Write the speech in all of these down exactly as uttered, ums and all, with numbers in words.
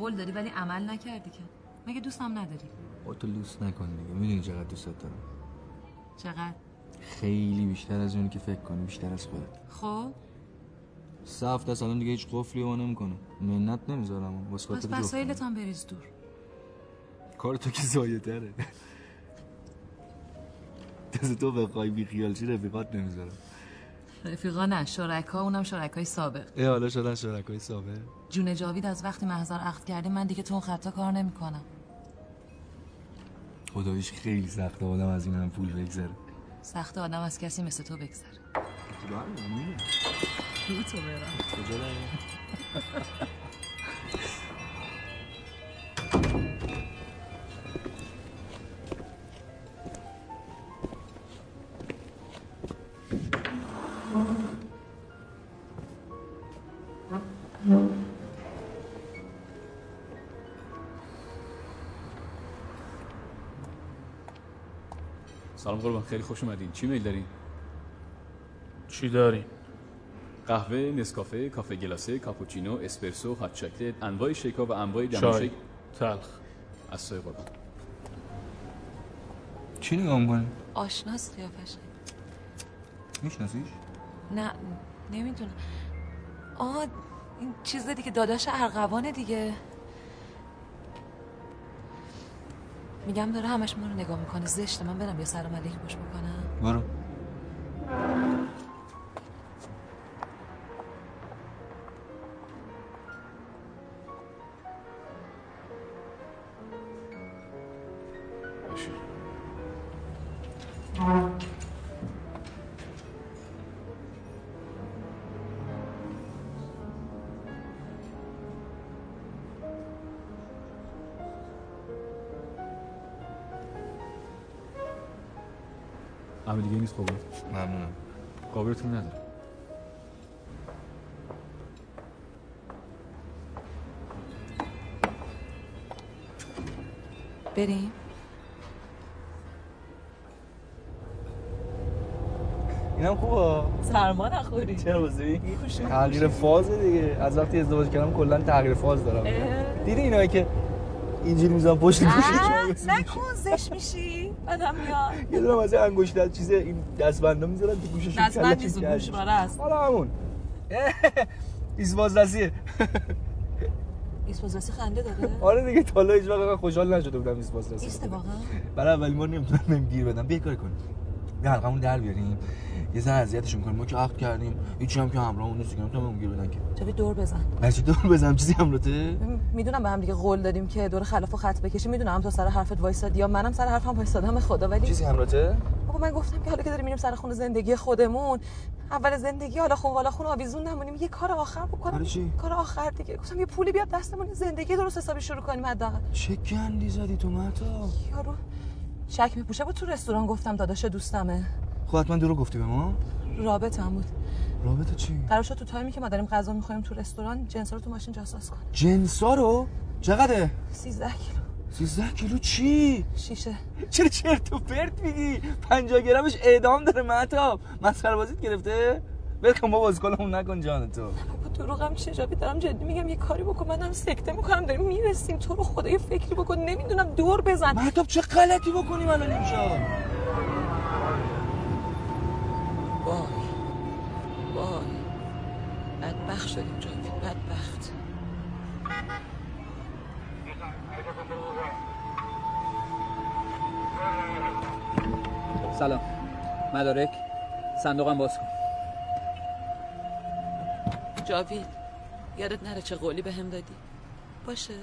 قول داری ولی عمل نکردی که. مگه دوستم نداری؟ با تو دوست نکن دیگه. میدونی چقدر دوستت دارم. چقدر؟ خیلی بیشتر از اونی که فکر کنی، بیشتر از خودت. خب سه هفته سالم دیگه هیچ قفلی ما نمیکنه. منت نمیذارم واسه خاطر جفت. پس وسایلتام بریز دور. کار تو که زایه تره. دست تو بخوای بی خیال چی رفیقات نمیذارم. رفیقا نه، شرکا، اونم شرکای سابق. ای حالا شدن شرکای سابق. جون جاوید از وقتی محضر عقد کردیم من دیگه تو اون خطا کار نمیکنم. خداییش خیلی سخته آدم از این هم پول بگذره. سخته آدم از کسی مثل تو بگذره. تو همین رو تو برم. کجا برم؟ سلام قربان، خیلی خوش اومدین. چی میل دارین؟ چی دارین؟ قهوه، نسکافه، کافه گلاسه، کاپوچینو، اسپرسو، هات چاکلت، انواع شیکا و انواع دم چای شیک. تلخ. از سایه قربان. چی نگاه میکنی؟ آشناست قیافش. میشناسیش؟ نه نمیدونم. آه این چیز دیگه داداش ارغوانه دیگه. میگم داره همش ما رو نگاه میکنه. زشته. من برم یه سلام علیک باش بکنم. برو. باشه. همه دیگه نیست قابل. ممنونم. قابلتون نداره. بریم. اینم خوبه. سرما نخوری. چرا بازی؟ تغییر فاز دیگه. از وقتی ازدواج کردم کلا تغییر فاز دارم. دیدی اینایی که اینجوری میذارم پشت گوشش نکن زش میشی. بعدم میاد. یه دونه مثلا انگشت چیز این دستبندا میذارن تو گوششون. دستبند نیست گوشواره است. حالا همون. ایسوازرسیه. ایسوازرسی خنده داره؟ آره دیگه تا حالا هیچ وقت خوشحال نشده بودم ایسوازرسی. ایسته واقعا؟ برای اولین بار نمیتونم بهم گیر بدم. بیا کار کنیم. بیا حلقمون در بیاریم. یه ذره اذیتشون کنیم. ما که عقد کردیم. هیچی هم که همراهمون نیست. میگم تو بهم گیر بدن که. تو دور بزن. بچه دور بزنم چیزی همراته؟ میدونم به هم دیگه قول دادیم که دور خلافو خط بکشیم. میدونم تو سر حرفت وایسادی یا منم سر حرفم وایسادم به خدا. ولی چیزی همراته؟ بابا من گفتم که حالا که داریم میریم سر خونه زندگی خودمون، اول زندگی حالا خون والا خون آویزون نمونیم، یه کار آخر بکنم. کار چی؟ کار آخر دیگه. گفتم یه پولی بیاد دستمون زندگی درست حسابی شروع کنیم حداقل. چه گندی زدی تو مهتاب؟ یارو شک میپوشه بود تو رستوران. گفتم داداش دوستمه. خب حتما درو گفتی به ما؟ رابطه هم بود. رابطه چی؟ قرار شد تو تایمی که ما داریم غذا می‌خوریم تو رستوران جنسا رو تو ماشین جاساز کنه. جنسا رو؟ چقدره؟ سیزده کیلو. سیزده کیلو چی؟ شیشه. چرا چرت و پرت میگی؟ پنجاه گرمش اعدام داره مهتاب. مسخره بازیت گرفته؟ بلکن با بازیکنمون نکن جان تو. بابا دروغم چه جابی دارم جدی میگم. یه کاری بکن. من دارم سکته میکنم. داریم میرسیم. تو رو خدا یه فکری بکن. نمیدونم دور بزن. مهتاب چه غلطی بکنیم الان اینجا؟ وای وای بدبخت شدیم جاوید. بدبخت. سلام. مدارک صندوقم باز کن. جاوید یادت نره چه قولی به هم دادی؟ باشه.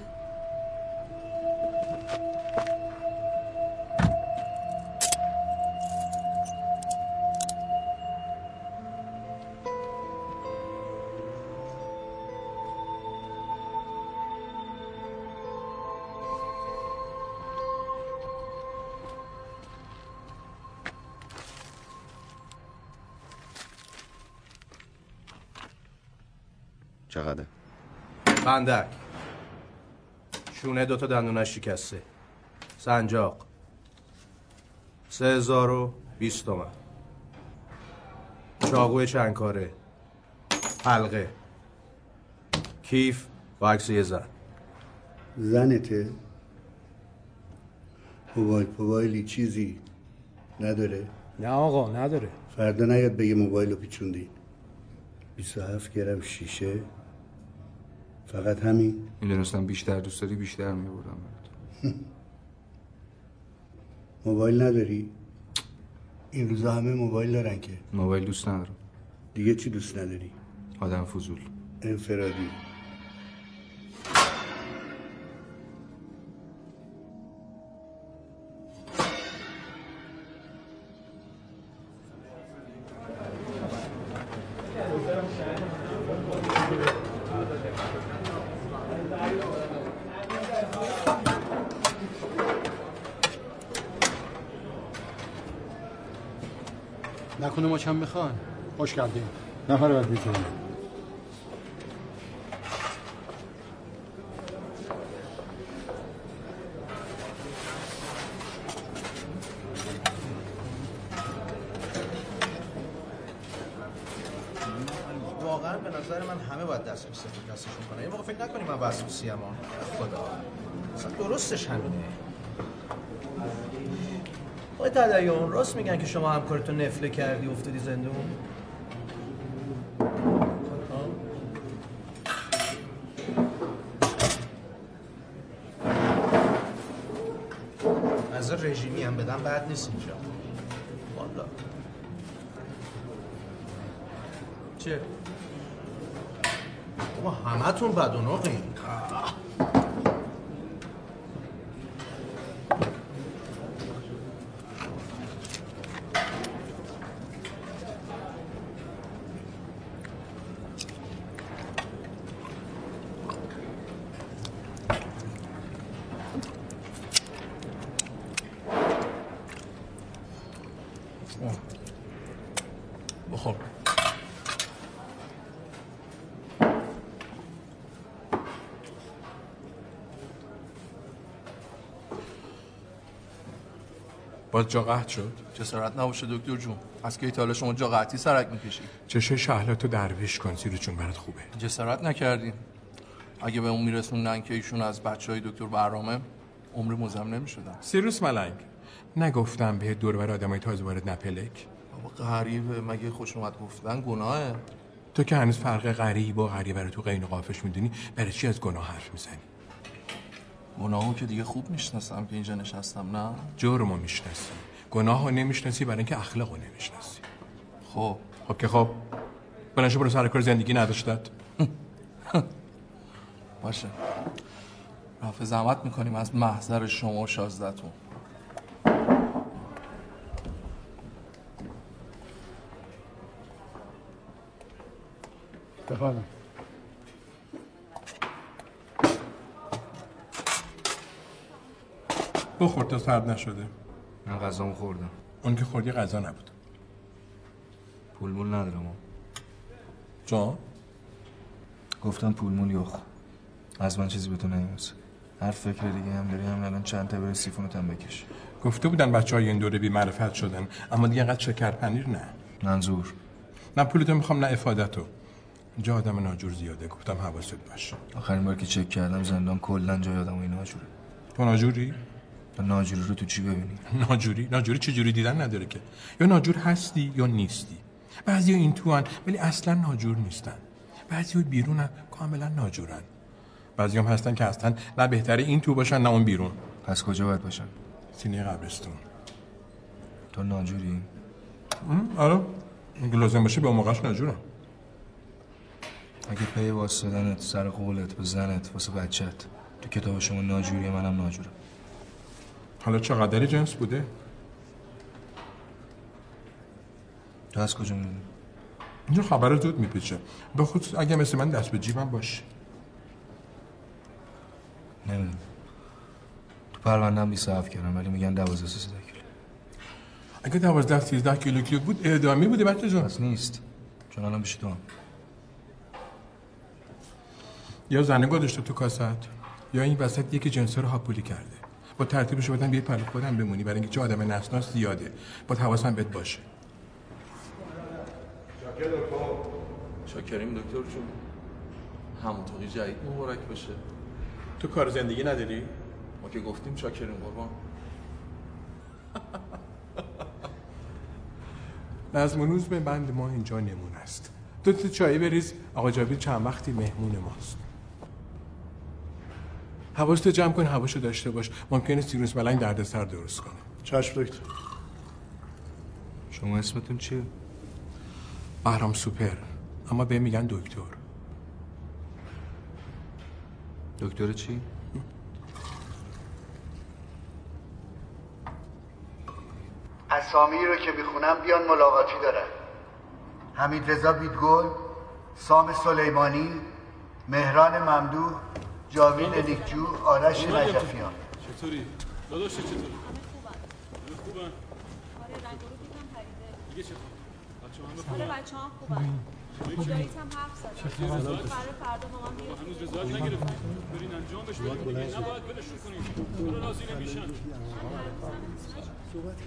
چقدر؟ بندک شونه دوتا دندونش شکسته. سنجاق سه هزار و بیست تومن. چاقوی چنگکاره. حلقه. کیف با عکس یه زن. زنته؟ موبایل موبایلی چیزی نداره؟ نه آقا نداره. فردا نیاد بگه موبایلو پیچوندی. بیست و هفت گرم شیشه فقط همین؟ میدونستم بیشتر دوست داری بیشتر میبردم. موبایل نداری؟ این روزا همه موبایل دارن که. موبایل دوست ندارم. دیگه چی دوست نداری؟ آدم فضول. انفرادی. نکنه ما چند میخوان. خوش کردیم. نفر بعد میتونیم. واقعا به نظر من همه باید دست به سفت دستشون کنن. یه موقع فکر نکنیم من وسوسی ام خدا. اصلا درستش همینه. آقای تدیون راست میگن که شما همکارتو نفله کردی افتادی زندون؟ از رژیمی هم بدن بد نیست اینجا. والا چه؟ بابا همه تون بدوناقین. بخور. باز جا قطع شد؟ جسارت نباشه دکتر جون. از که ایتالا شما جا قطعی سرک میکشی. چشه شهلاتو درویش کن سیرو چون برات خوبه. جسارت نکردیم. اگه به اون میرسوندن که ایشون از بچهای دکتر برامه عمر مزم نمیشدن. سیروس ملنگ نگفتم به دور بر آدمای تازه وارد نپلک. بابا غریبه مگه خوش اومد گفتن گناهه. تو که هنوز فرق غریب و غریبه رو تو قین و قافش میدونی برای چی از گناه حرف میزنی؟ گناهو که دیگه خوب میشناسم که اینجا نشستم. نه جرمو میشناسی، گناهو نمیشناسی برای اینکه اخلاقو نمیشناسی. خب خب که خب بلنشو برو سر کار زندگی نداشتت. باشه رفع زحمت میکنیم از محضر شما و شازده‌تون. بفرمایید. بخور تا سرد نشده. من غذامو خوردم. اون که خوردی غذا نبود. پول مول ندارم. جا؟ گفتم پول مول یخ. از من چیزی به تو نمیرسه. هر فکر دیگه هم داری هم الان چند تا بره سیفونت هم بکش. گفته بودن بچه‌های این دوره بی معرفت شدن اما دیگه انقدر شکر پنیر نه. منظور من پولتو میخوام نه افادتو. اینجا آدم ناجور زیاده گفتم حواست باشه. آخرین بار که چک کردم زندان کلا جای آدم این ناجوره. تو ناجوری؟ تو ناجوری رو تو چی ببینی؟ ناجوری؟ ناجوری چه جوری دیدن نداره که. یا ناجور هستی یا نیستی. بعضیا این تو ان ولی اصلا ناجور نیستن. بعضیا بیرونن کاملا ناجورن. بعضیام هستن که اصلا نه بهتره این تو باشن نه اون بیرون. پس کجا باید باشن؟ سینه قبرستون. تو ناجوری؟ آره. اگه لازم باشه به اون موقعش ناجورم. اگه پی واسدنت سر قولت به زنت واسه بچت تو کتاب شما ناجوری منم ناجورم. حالا چقدر جنس بوده؟ تو از کجا میدونی؟ اینجا خبر زود میپیچه. به خصوص اگه مثل من دست به جیبم باشه. نمیدونم. تو پرونده‌ام بیست و هفت کردم ولی میگن دوازده سیزده کیلو. اگه دوازده سیزده کیلو کیلو بود اعدامی بوده بچه جان. پس نیست. چون الان پیش تو هم. یا زنه گذاشته تو کاست یا این وسط یکی جنسا رو هاپولی کرده. با ترتیبش بدن بیای پلو خودم بمونی برای اینکه چه آدم نسناس زیاده. با حواسم بهت باشه. شاکر دکتر. شاکریم دکتر جون. همونطوری جدید مبارک باشه. تو کار زندگی نداری؟ ما که گفتیم چاکریم قربان. نظم و نوظم بند ما اینجا نمونه است. دو تا چایی بریز، آقا جاوید چند وقتی مهمون ماست. حواستو جمع کن، هواشو داشته باش، ممکنه سیروس ملنگ دردسر درست کنه. چشم دکتر. شما اسمتون چیه؟ بهرام سوپر، اما به میگن دکتر. دکتر چی؟ اسامی رو که میخونم بیان ملاقاتی دارن. حمید رضا بیدگل، سام سلیمانی، مهران ممدوح، جاوید لیکجو، آرش نجفیان. چطوری؟ داداش چطوری؟ خوبن. دیگه چطور؟ بچه‌ها همه بچه‌ها خوبن. مدیریت هم حرف زدن. برای فردا با من بیاد. هنوز رضایت نگرفتیم. برین انجام بشه بدید. نباید ولشون کنید. چرا راضی نمیشن؟ صحبت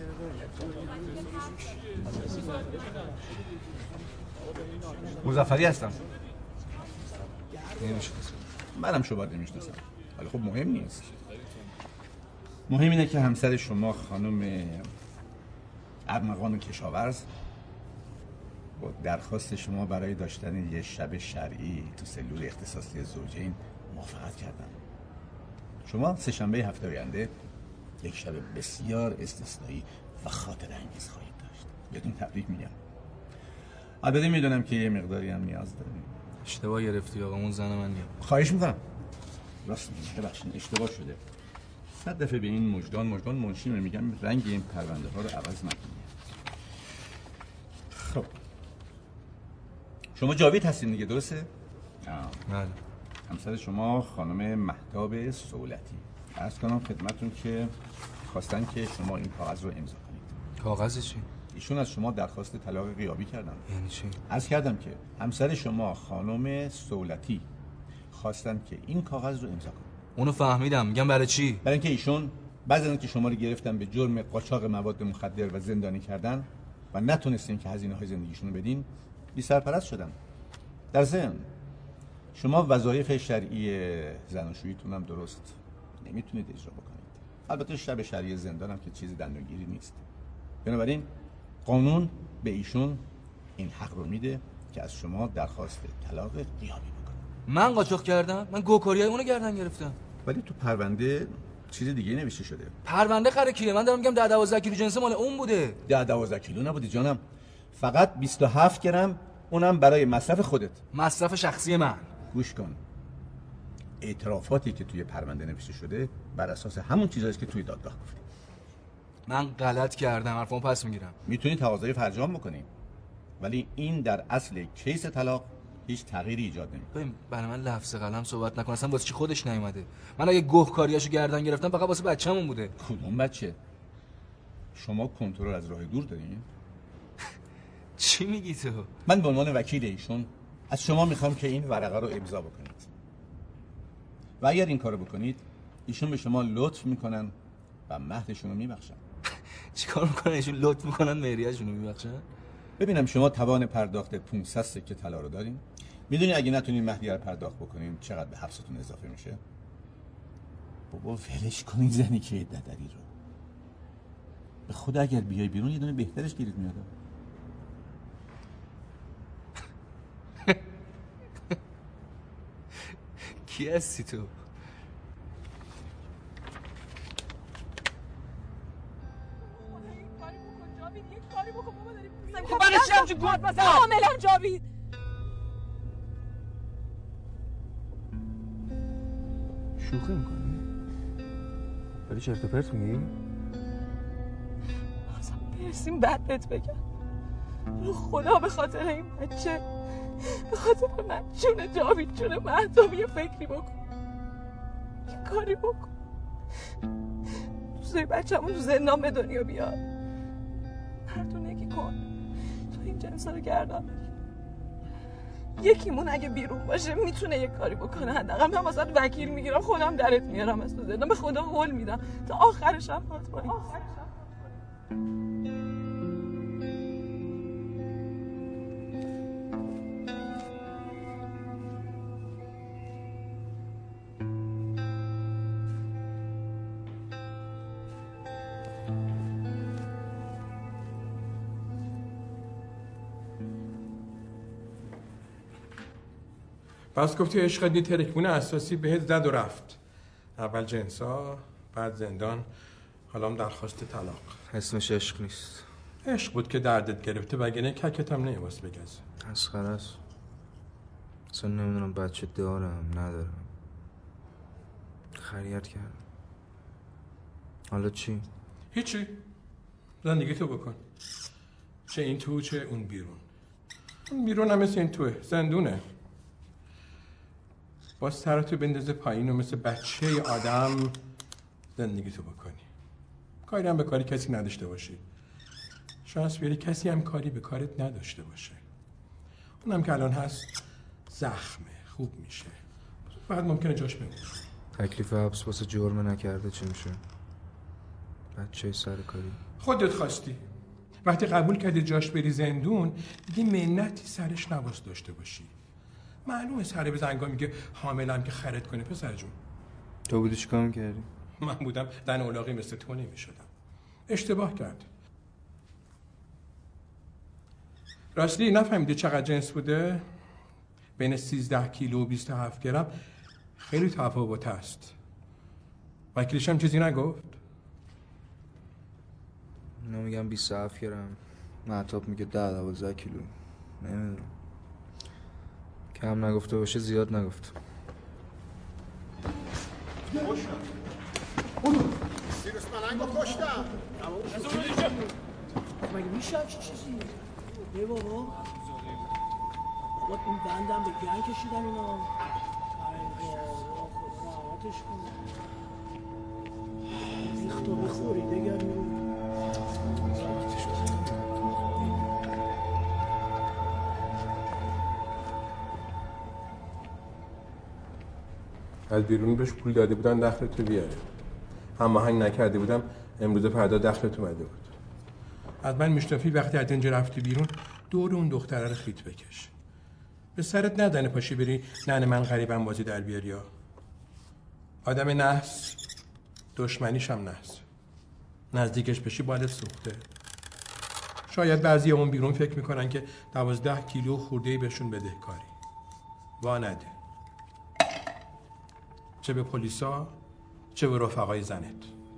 مظفری هستم. نمیشناسم. منم شما نمیشناسم. ولی خب مهم نیست. مهم اینه که همسر شما خانم ارمغان کشاورز با درخواست شما برای داشتن یه شب شرعی تو سلول اختصاصی زوجین موافقت کردن. شما سه شنبه هفته آینده یک شب بسیار استثنایی و خاطر انگیز خواهید داشت. بهتون تبریک میگم. البته میدونم که یه مقداری هم نیاز داریم. اشتباه گرفتی آقا، اون زن من نیست. خواهش میکنم. راست میگم، ببخشید اشتباه شده. صد دفعه به این مجدان مجدان منشی میگم رنگ این پرونده ها رو عوض نکنید. خب شما جاوید هستین دیگه، درسته؟ بله. همسر شما خانم مهتاب سولتی. عرض کنم خدمتتون که خواستن که شما این کاغذ رو امضا کنید. کاغذ چی؟ ایشون از شما درخواست طلاق غیابی کردن. یعنی چی؟ عرض کردم که همسر شما خانم سولتی خواستن که این کاغذ رو امضا کنید. اونو فهمیدم، میگم برای چی؟ برای اینکه ایشون بعد از اینکه شما رو گرفتن به جرم قاچاق مواد مخدر و زندانی کردن و نتونستین که هزینه های زندگیشون رو بدین، بی سرپرست شدن. در ضمن شما وظایف شرعی زناشوییتون هم درست نمیتونید اجرا بکنید. البته شب شرعی زندان هم که چیز دندونگیری نیست. بنابراین قانون به ایشون این حق رو میده که از شما درخواست طلاق غیابی بکنه. من قاچاق کردم؟ من گوکاریای اونو گردن گرفتم. ولی تو پرونده چیز دیگه نوشته شده. پرونده خره کیه؟ من دارم میگم ده دوازده کیلو جنس مال اون بوده. ده دوازده کیلو نبوده جانم، فقط بیست و هفت گرم، اونم برای مصرف خودت. مصرف شخصی من. گوش کن، اعترافاتی که توی پرونده نوشته شده بر اساس همون چیزاییه که توی دادگاه گفتی. من غلط کردم، حرفمو پس میگیرم. میتونی تقاضای فرجام بکنی، ولی این در اصل کیس طلاق هیچ تغییری ایجاد نمیکنه. ببین برای من لفظ قلم صحبت نکن، اصلا واسه چی خودش نیومده. من اگه گوهکاریاشو گردن گرفتم فقط واسه بچه‌مون بوده. کدوم بچه؟ شما کنترل از راه دور دارین؟ چی میگی تو؟ من به عنوان وکیل ایشون از شما میخوام که این ورقه رو امضا بکنید. و اگر این کارو بکنید ایشون به شما لطف میکنن و مهرشون رو میبخشن. چیکار میکنن ایشون؟ لطف میکنن مهریه‌شون رو میبخشن؟ ببینم شما توان پرداخت پانصد سکه طلا رو دارین؟ میدونی اگه نتونین مهریه رو پرداخت بکنین چقدر به حبستون اضافه میشه؟ بابا ولش کنین زنی که ددری رو. به خدا اگر بیای بیرون یه دونه بهترش گیرید میاد. کی هستی تو؟ برای چی همچون گوهد بزن؟ کاملا جاوید. شوخی میکنی؟ ولی چرت و پرت میگی؟ اصلا برسیم بعد بهت بگم. رو خدا به خاطر این بچه، به خاطر من، جون جاوید، جون مهتاب، یه فکری بکن، یه کاری بکن. دوستای بچه همون تو زندان به دنیا بیاد. مردونه که کن تو این جنسا رو گردن بگیر. یکیمون اگه بیرون باشه میتونه یه کاری بکنه. حداقل من واسه وکیل میگیرم، خودم درت میارم از تو زندان. به خدا قول میدم تا آخرش هم پات وایس. پس گفتی عشقت یه ترکمون اساسی بهت زد و رفت. اول جنسا، بعد زندان، حالا هم درخواست طلاق. اسمش عشق نیست. عشق بود که دردت گرفته وگرنه ککت هم نمی‌واس بگز. مسخره است. اصلا نمیدونم بچه دارم ندارم. خریت کردم. حالا چی؟ هیچی. زندگی تو بکن. چه این تو چه اون بیرون. اون بیرون هم مثل این توه. زندونه. باز سرتو بندازه پایین و مثل بچه آدم زندگی تو بکنی. کاری هم به کاری کسی نداشته باشی. شانس بیاری کسی هم کاری به کارت نداشته باشه. اونم که الان هست زخمه. خوب میشه. بعد ممکنه جاش بمونه. تکلیف حبس واسه جرم نکرده چی میشه؟ بچه سرکاری. خودت خواستی. وقتی قبول کردی جاش بری زندون دیگه منتی سرش نباس داشته باشی. معلومه سر به زنگا میگه حاملم که خرید کنی پسر جون. تو بودی چیکار میکردی؟ من بودم زن اولاغی مثل تو نمیشدم. اشتباه کرد. راستی نفهمیدی چقدر جنس بوده؟ بین سیزده کیلو و بیست و هفت گرم خیلی تفاوت هست. وکیلش هم چیزی نگفت؟ اینا میگم بیست و هفت گرم. مهتاب میگه ده دوازده کیلو. نمیدونم. کم نگفته باشه زیاد نگفت. کشتم اونو سیروس ملنگو کشتم مگه میشه همچین چیزی؟ ای بابا بابا این بندم به گن کشیدن اینا. ای بابا خدا رحمتش کنه. ریخت و بخوری دگرمی. از بیرون بهش پول داده بودن دخلتو بیاره. هم آهنگ نکرده بودم امروز فردا دخلت اومده بود. از من میشنافی وقتی از اینجا رفتی بیرون دور اون دختره رو خیط بکش. به سرت ندنه پاشی بری ننه من غریبم بازی در بیاری. ها آدم نحس دشمنیش هم نحس. نزدیکش بشی بالت سوخته. شاید بعضی اون بیرون فکر میکنن که دوازده کیلو خورده‌ای بهشون بدهکاری. وا نده. چه به پلیسا چه به رفقای زنت.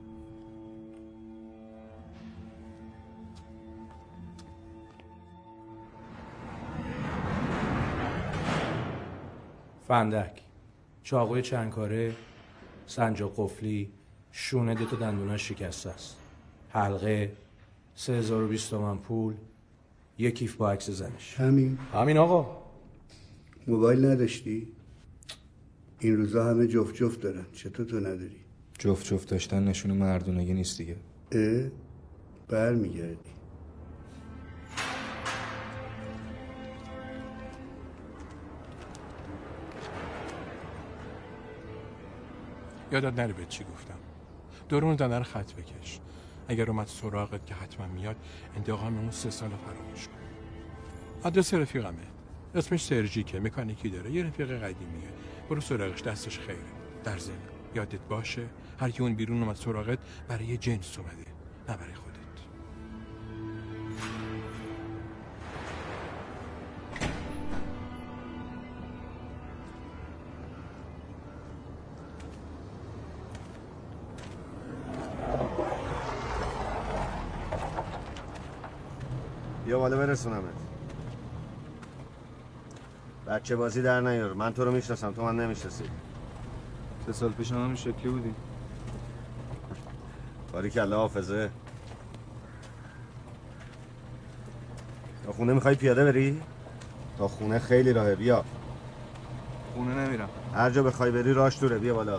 فندک، چاقوی چند کاره، سنجاق قفلی، شونه دوتا دندوناش شکسته است. حلقه، سه هزار و بیست تومن پول، یک کیف با عکس زنش. همین همین آقا. موبایل نداشتی؟ این روزا همه جفت جفت دارن. چطور تو نداری؟ جفت جفت داشتن نشونه مردونگی نیست دیگه. اه؟ بر میگردی. یادت نره به چی گفتم. درون زنه رو خط بکش. اگر اومد سراغت که حتما میاد انتقام اون سه سال فراموش کن. آدرس رفیقمه. اسمش سرژیکه. مکانیکی داره. یه رفیق قدیمیه. برو سراغش دستش خیره. در ضمن یادت باشه هر کی اون بیرون اومد سراغت برای یه جنس اومده نه برای خودت. بیا بالا برسونمت. بچه بازی در نیار. من تو رو میشناسم تو من نمیشناسی. سه سال پیش هم همین شکلی بودی. باری کلا حافظه. تا خونه میخوای پیاده بری؟ تا خونه خیلی راهه. بیا. خونه نمیرم. هر جا بخوای بری راش دوره. بیا بالا.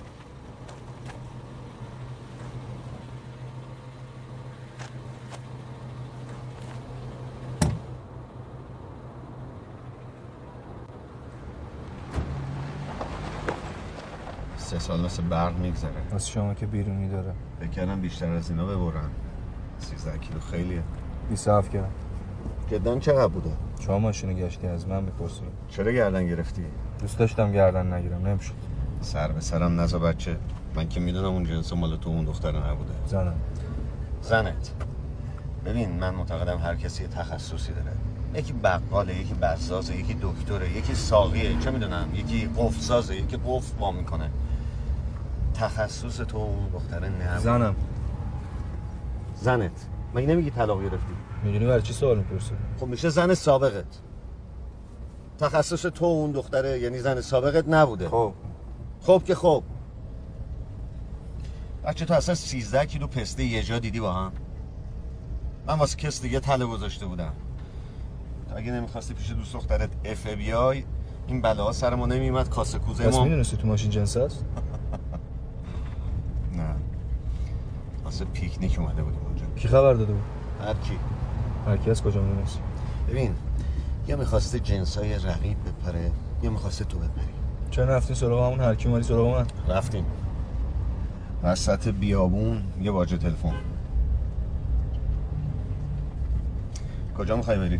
سه سال مثل برق میگذره. واسه شما که بیرونی داره. فکر کردم بیشتر از اینا ببرن. سیزده کیلو خیلیه. بیست و هفت گرم. گردن چقدر بوده؟ شما ماشینو گشتی از من میپرسی. چرا گردن گرفتی؟ دوست داشتم گردن نگیرم نمیشد. سر به سرم نزا بچه. من که میدونم اون جنس مال تو اون دختره نبوده. زنم. زنت. ببین من معتقدم هر کسی یه تخصصی داره. یکی بقاله، یکی بسازه، یکی دکتره، یکی ساقیه، چه میدونم، یکی قفل‌سازه، یکی قفل وا میکنه. تخصص تو اون دختره نه. زنم. زنت. مگه نمیگی طلاق گرفتی؟ میدونی برای چی سوال میپرسی؟ خب میشه زن سابقت. تخصص تو اون دختره یعنی زن سابقت نبوده. خب خب که خب. بچه تو اصلا سیزده کیلو پسته یه جا دیدی با هم؟ من واسه کس دیگه تله گذاشته بودم. تا اگه نمیخواستی پیش دوست دخترت اف بیای این بلاها سر ما نمیومد. کاسه کوزه ما. پس میدونستی تو ماشین جنس هست؟ نه. واسه پیکنیک اومده بودیم اونجا. کی خبر داده بود؟ هر کی. هر کی از کجا میدونست؟ ببین یا میخواسته جنسای رقیب بپره یا میخواسته تو بپری. چرا رفتین سراغ همون هر کی اومدی سراغ من؟ رفتیم وسط بیابون یه واجه تلفن. کجا میخوای بری؟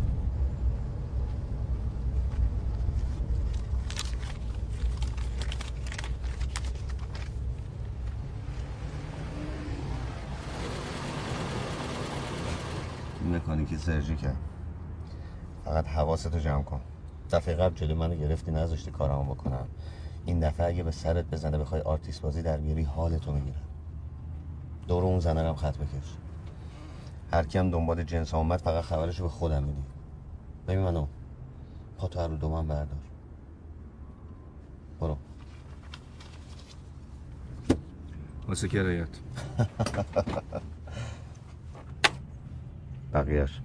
مکانیکی سرجی کرد. فقط حواستو جمع کن. دفعه قبل جلو منو گرفتی نذاشتی کارامو بکنم. این دفعه اگه به سرت بزنه بخوای آرتیست بازی در بیاری حالتو میگیرم. دور اون زنه رم خط بکش. هر کی هم دنبال جنس اومد فقط خبرشو به خودم میدی. ببین منو پاتو رو دو من بردار. برو. واسه کرایت. بقیه‌اش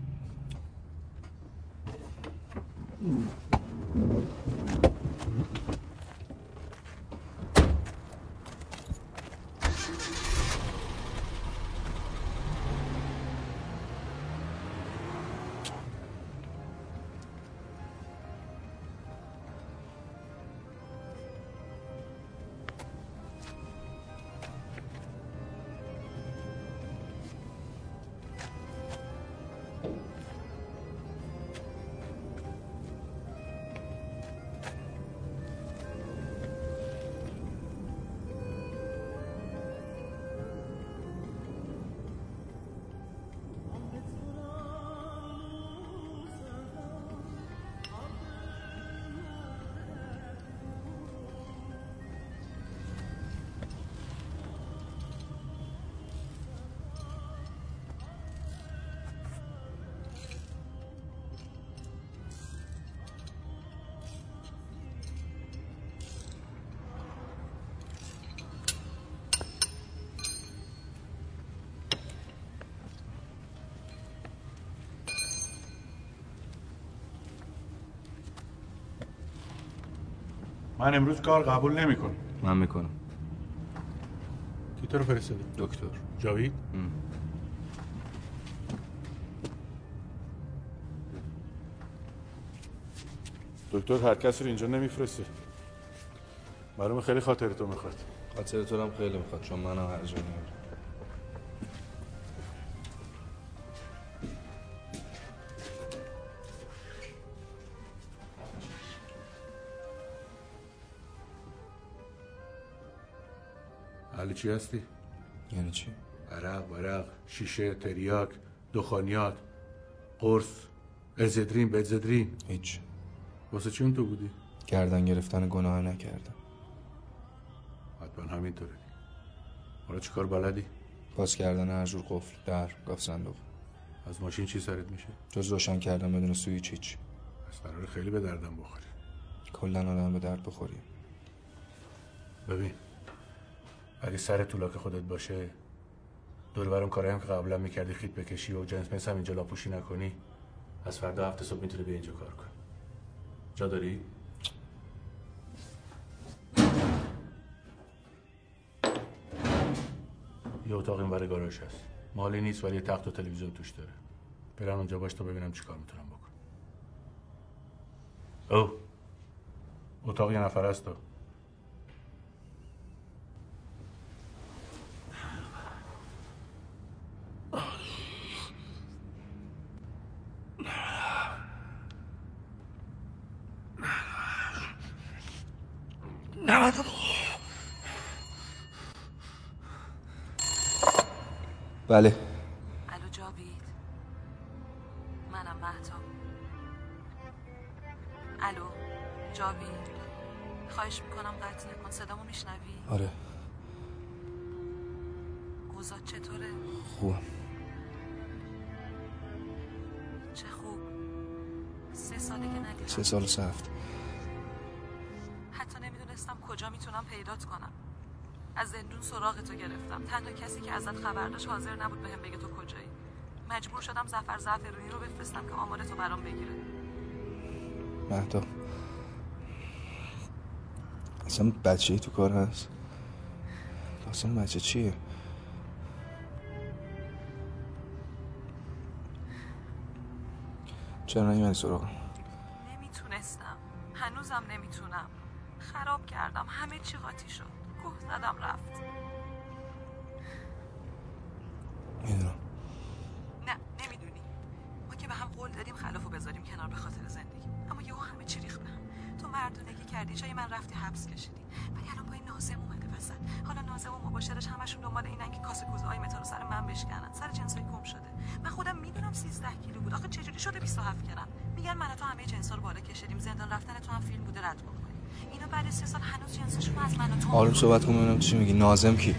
من امروز کار قبول نمی کنم. من میکنم. کی تو رو فرستاده؟ دکتر جاوید؟ ام. دکتر هر کسی رو اینجا نمیفرسته. معلومه خیلی خاطر تو میخواد. خاطر تو هم خیلی میخواد چون منم هر جا میرم. حالی چی هستی؟ یعنی چی؟ عرق، ورق، شیشه، تریاک، دخانیات، قرص، ازدرین، بزدرین. هیچ. واسه چی اون تو بودی؟ گردن گرفتن گناه نکردم. حتما همینطوره. حالا چی کار بلدی؟ باز کردن هر جور قفل، در، گاف صندوق. از ماشین چی سرت میشه؟ جز روشن کردن بدون سویچ هیچ. از قرار خیلی به دردم بخوری. کلا آدم به درد بخوری. ببین اگه سر طولاک خودت باشه دور برم کارایی هم که قبلا میکردی خیط بکشی و جنس منس هم اینجا لاپوشی نکنی از فردا هفته صبح میتونی به اینجا کار کن. جا داری؟ یه اتاق این ور گاراژ هست. مالی نیست ولی یه تخت و تلویزیون توش داره. برم اونجا باش تا ببینم چی کار میتونم بکنم. او اتاق یه نفر هست تو. بله. الو جاوید، منم مهتاب. الو جاوید، خواهش میکنم قطع نکن، صدامو میشنوی؟ آره. اوضاع چطوره؟ خوبم. چه خوب. سه ساله که ندیدم. سه سال و سه هفته. حتی نمیدونستم کجا میتونم پیدات کنم. از زندون سراغ تو گرفتم. تنها کسی که ازت خبر داشت حاضر نبود بهم بگه تو کجایی. مجبور شدم ظفر زعفرونی رو بفرستم که آمار تو برام بگیره. مهدا اصلا بچه ای تو کار هست؟ اصلا بچه چیه؟ چرا نمیدونی سراغم؟ نمیتونستم، هنوزم نمیتونم. خراب کردم، همه چی قاطی شد. کوه زدم رفت. میدونم. نه نمیدونی. ما که به هم قول دادیم خلافو بذاریم کنار به خاطر زندگی، اما یهو همه چی ریخت بهم. تو مردونگی کردی، جای من رفتی حبس کشیدی. ولی الان با این ناظم اومده وسط. حالا ناظم و مباشرش همشون دنبال اینن که کاسه کوزه‌های متا رو سر من بشکنن. سر جنسای گم شده. من خودم میدونم سیزده کیلو بود. آخه چجوری شده بیست و هفت گرم؟ میگن من و تو همه جنسا رو بالا کشیدیم. زندان رفتن تو هم فیلم بوده، رد بکنی. اینا بعد از سه سال هنوز جنساشون از من و تو. آروم صحبت کن ببینم چی میگی. ناظم کی؟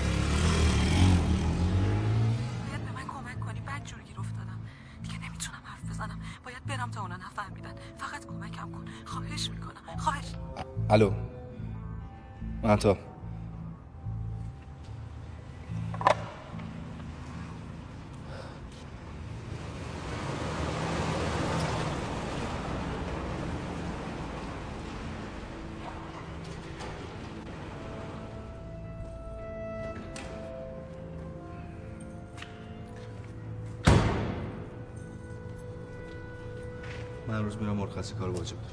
باید به من کمک کنی. بدجور گیر افتادم. دیگه نمیتونم حرف بزنم. باید برم تا اونا نفهمیدن. فقط کمکم کن. خواهش میکنم. خواهش. الو. مهتاب. من امروز میرم مرخصی، کار واجب دارم.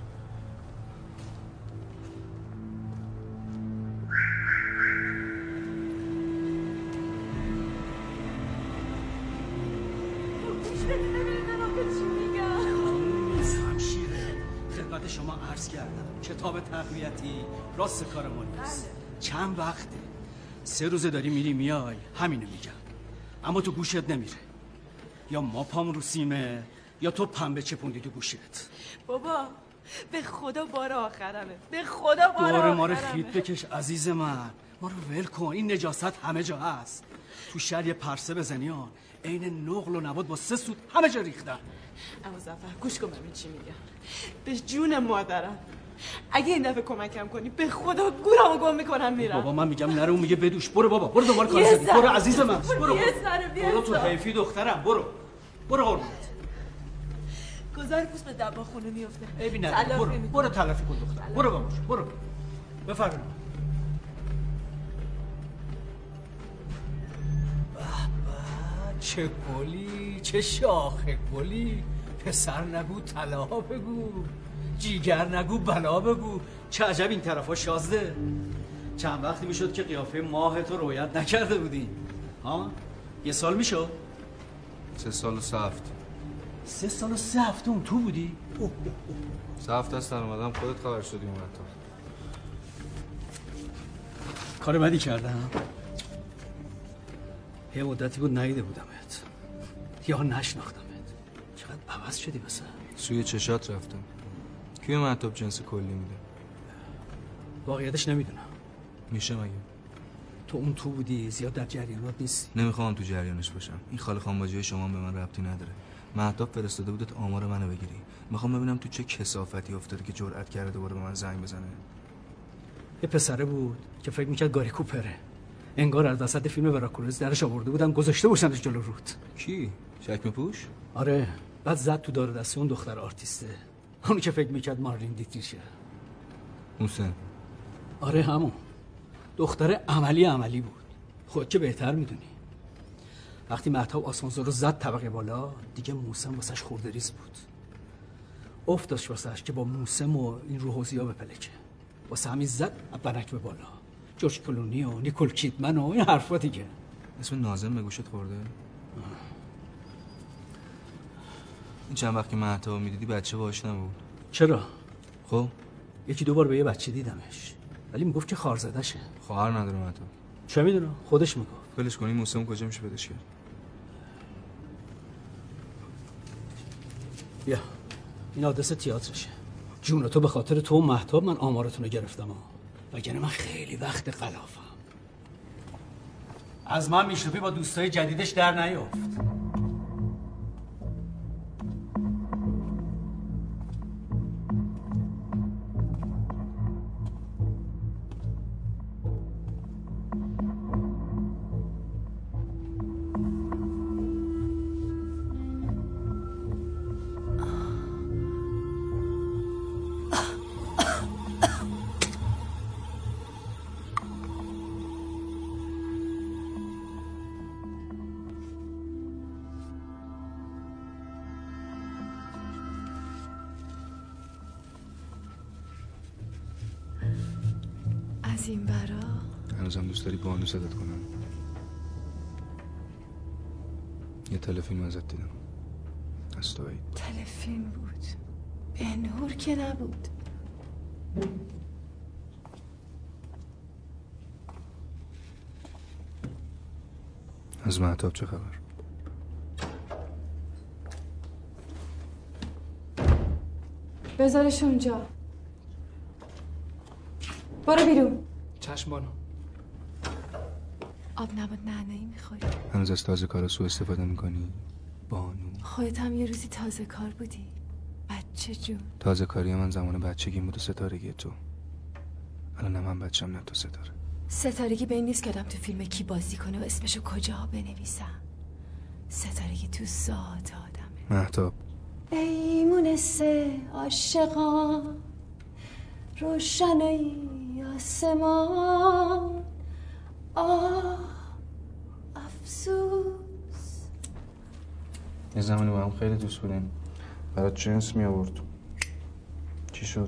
همشیره خدمت شما عرض کردم کتاب تقویتی راست کار ما نیست. چند وقته سه روزه داری میری میای، همینو میگم، اما تو گوشت نمیره. یا ما پام رو سیمه یا تو پنبه چپوندی تو گوشت. بابا به خدا بار آخرمه، به خدا بار دوره ما رو آخرمه. خیط بکش عزیز من، ما رو ول کن. این نجاست همه جا هست. تو شهر یه پرسه بزنی ها، عین نقل و نبات با سه سود همه جا ریختن. اما ظفر گوش کن ببین چی میگم. به جون مادرم اگه این دفعه کمکم کنی به خدا گورمو گم میکنم میرم. بابا من میگم نره، اون میگه بدوش. برو بابا، برو دنبال کار یه زدی. سر. برو عزیز من، برو یه سر بیا برو تو حیفی دخترم. برو برو قربونت. گذار پوست به دباخونه میفته. عیبی نداره. برو برو تلافی کن دختر. برو باباش برو. بفرمایید. چه گلی، چه شاخه گلی. پسر نگو طلا بگو، جیگر نگو بلا بگو. چه عجب این طرفا شازده. چند وقتی میشد که قیافه ماه تو رویت نکرده بودی ها؟ یه سال میشد؟ سه سال و سه هفته. سه سال و سه هفته اون تو بودی؟ اوه اوه اوه. سه هفته هستن اومدم، خودت خبر شدی اومد تو. کار بدی کردم. یه مدتی بود ندیده بودمت یا نشناختمت. چقدر عوض شدی بسه. سوی چشات رفتم. کی مهتاب جنس کلی میده؟ واقعیتش نمیدونم. میشه مگه؟ تو اون تو بودی، زیاد در جریانات نیستی. نمیخوام تو جریانش باشم. این خاله خانواجی شما به من ربطی نداره. مهتاب فرستاده بودت آمار منو بگیری. میخوام ببینم تو چه کثافتی افتاده که جرأت کرده دوباره به من زنگ بزنه. یه پسره بود که فکر میکرد گاری کوپره. انگار از وسط فیلم وراکروز درش آورده بودن گذاشته باشنش جلو رود. کی؟ چکمه پوش؟ آره. بعد زد تو دار دسته اون دختر آرتیسته، اونی که فکر میکرد مارلین دیتریشه. موسن. آره همون. دختر عملی عملی بود. خود که بهتر میدونی. وقتی مهتاب آسانسور رو زد طبقه بالا، دیگه موسم واسش خورده ریز بود. افت داشت واسش که با موسم و این رو حوزی ها بپلکه. واسه همین زد بنک به بالا. جورج کلونی و نیکول کیدمن و این حرفا دیگه. اسم ناظم به گوشت خورده؟ این چند وقت که مهتاب میدیدی بچه باهاش نبود؟ چرا؟ خب یکی دو بار به یه بچه دیدمش، ولی میگفت که خار زدشه. خواهر نداره مهتاب. چه میدونم، خودش میگفت. ولش کنی. موسم کجا میشه پیداش کرد؟ بیا این آدرس تئاترشه. جون تو به خاطر تو و مهتاب من آمارتون رو گرفتم ها، وگرنه من خیلی وقت خلافم. از من میشرفی با دوستای جدیدش در نیافت. از این برا هنوزم دوست داری بانو صدت کنم؟ یه تلفن ازت دیدم از تو عید. تلفن بود، بنور که نبود. از مهتاب چه خبر؟ بذارش اونجا. برو بیرون. چشم بانو. آب نبات نعنایی میخوری؟ هنوز از تازه کارا سو استفاده میکنی؟ بانو خودت هم یه روزی تازه کار بودی بچه جون. تازه کاری من زمان بچگی بود و ستارگی تو. الان نه من بچم نه تو ستاره. ستارگی به این نیست که آدم تو فیلم کی بازی کنه و اسمشو کجا بنویسم. ستارگی تو ذات آدمه. مهتاب ای مونسه عاشقان روشنایی آسمان آه افسوس. یه زمانی با هم خیلی دوست بودیم، برات جنس می آورد. چی شد؟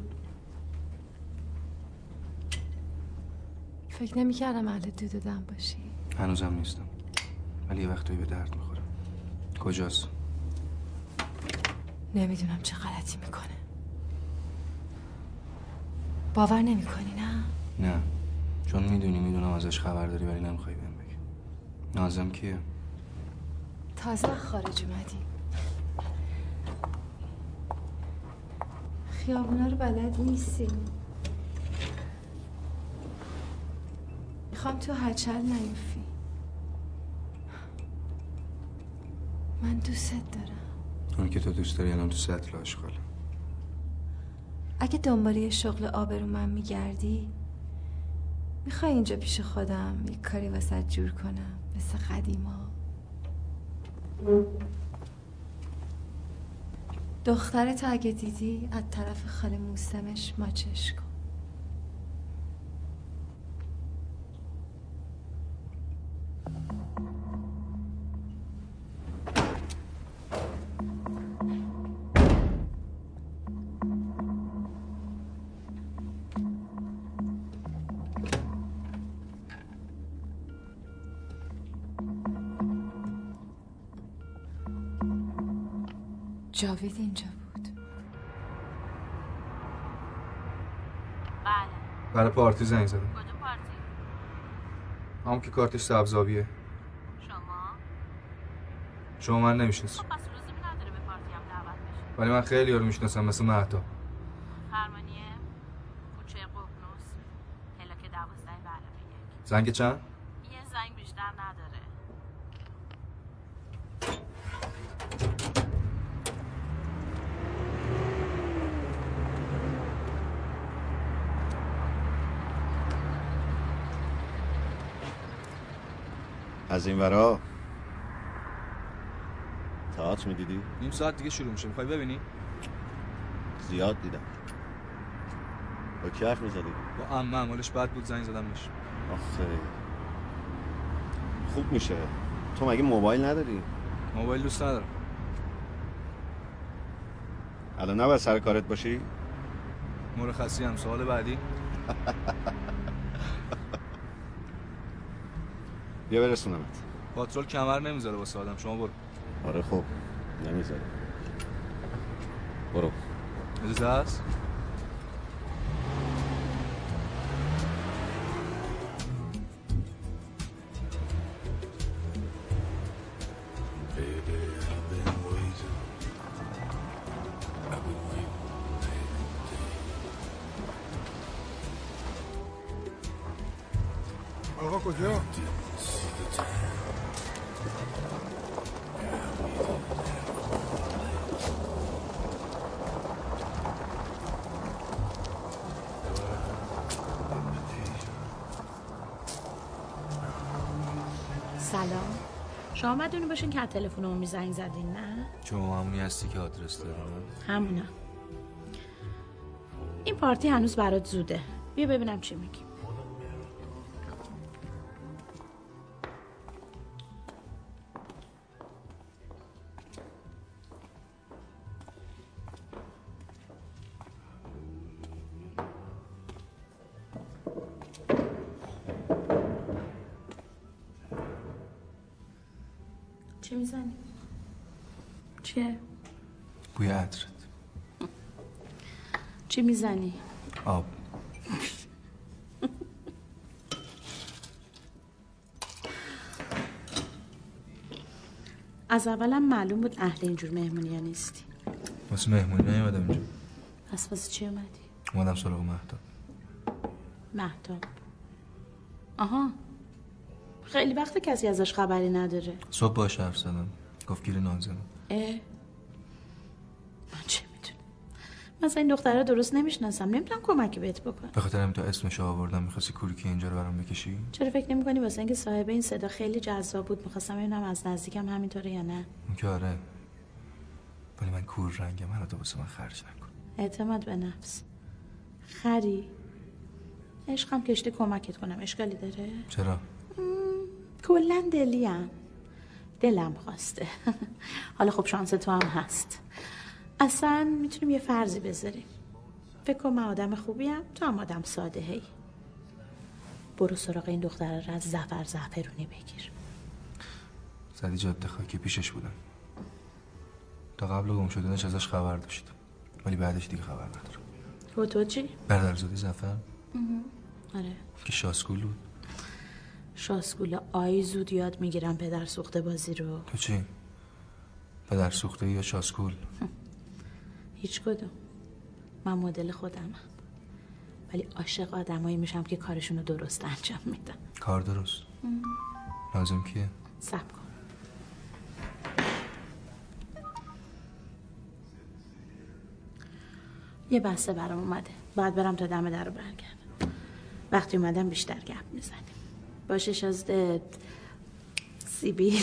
فکر نمی کردم اهل دود و دم باشی. هنوزم نیستم، ولی یه وقتایی به درد میخوره. کجاست؟ نمیدونم چه غلطی میکنه. باور نمی کنی نه؟ نه، چون میدونی میدونم ازش خبر داری ولی نمیخوای بهم بگی. نازم کیه؟ تازه خارج اومدی. خیابونا رو بلد نیستی. میخوام تو هچل نیفتی. من دوست دارم. اون که تو دوست داری الان تو سطل آشغاله. اگه دنباله یه شغل آبرو من میگردی میخوای اینجا پیش خودم یک کاری واسه جور کنم مثل قدیما. دخترت اگه دیدی از طرف خاله موسمش ماچش کن. جاوید اینجا بود. بله. برای پارتی زنگ زدم. کدوم پارتی؟ همون که کارتش سبزابیه. شما؟ شما من نمیشناسم. خب پس لزومی نداره به پارتی هم دعوت بشی. ولی من خیلی یارو میشناسم مثل مهتاب. فرمانیه کوچه ققنوس پلاک دوازده برابر یک. زنگ چند؟ یه زنگ بیشتر نداره. از این ورا تئاتر میدیدی؟ نیم ساعت دیگه شروع میشه، میخوای ببینی؟ زیاد دیدم. با کی حرف میزدی؟ با عمه. عمالش بد بود زنگ زدم بهش. آخه خوب میشه. تو مگه موبایل نداری؟ موبایل دوست ندارم. الان نباید سر کارت باشی؟ مرخصی هم. سوال بعدی. بیا برسونمت. پاترول کمر نمیذاره واسه آدم. شما برو. آره خب نمیذاره. برو. اجازه هست؟ آقا کجا؟ سلام. شما مدونی باشین که از تلفنمون زنگ زدین نه؟ شما همونی هستی که آدرس داره؟ همونم. این پارتی هنوز برات زوده. بیا ببینم چی میگی. چی میزنی؟ چیه؟ بوی عطرت. چی میزنی؟ آب. از اولم معلوم بود اهل اینجور مهمونی ها نیستی. واسه مهمونی نیومدم اینجا. پس واسه چی اومدی؟ اومدم سراغ مهتاب. مهتاب. آها. خیلی وقت کسی ازش خبری نداره. صبح باهاش حرف زدم. گفت گیر نازنه. اه؟ من چه میدونم. مثلا این دختره درست نمیشناسم. نمیتونم کمکی بهت بکنم. به خاطر همین تو اسمشو آوردم. می‌خواستی کوریکی اینجا رو برام بکشی؟ چرا فکر نمی‌کنی واسه اینکه صاحب این صدا خیلی جذاب بود می‌خواستم ببینم از نزدیکم همینطوره یا نه؟ اون که آره. ولی من کور رنگم. منو تو واسه من خرج نکن. اعتماد به نفس. خری. عشقم کشتی کمکت کنم. اشکالی داره؟ چرا؟ کلا دلیم. دلم خواسته. حالا خب شانس تو هم هست. اصلا میتونیم یه فرضی بذاریم. فکر کن من آدم خوبیم، تو هم آدم ساده هی. برو سراغ این دختره رو از زفر زعفرونی بگیر. زدی جاده خاکی پیشش بودم. تا قبل گم شدنش ازش خبر داشت. ولی بعدش دیگه خبر ندارم. تو تو چی؟ برادرزاده زفر؟ آره. که شاسکول بود. شاسکول آی زود یاد میگیرم پدر سوخته بازی رو. تو چی؟ پدر سوخته یا شاسکول؟ هیچ کدوم. من مدل خودمم. ولی عاشق آدمایی میشم که کارشون رو درست انجام میدن. کار درست؟ لازم کیه؟ صبر کن. یه بسته برام اومده. بعد برم تا دم در رو برگردم. وقتی اومدم بیشتر گپ میزنیم. باشه شازده سیبیل.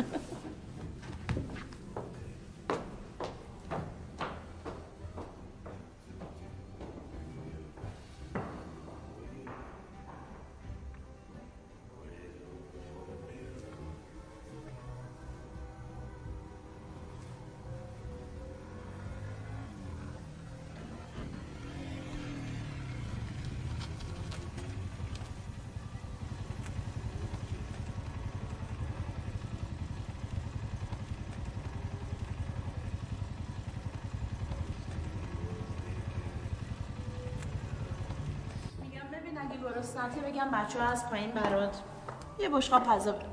اگه گرسنتی بگم بچه ها از پایین برات یه بشقاب غذا بده.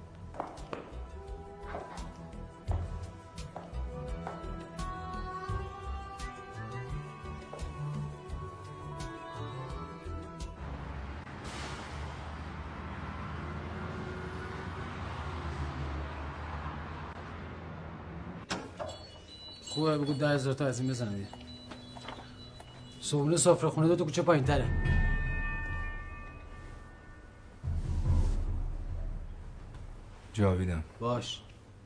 خوبه بگو ده هزار تا از این بزنم. صبحونه سفره خونه دو تا کوچه پایین تره. جاویدم. باش.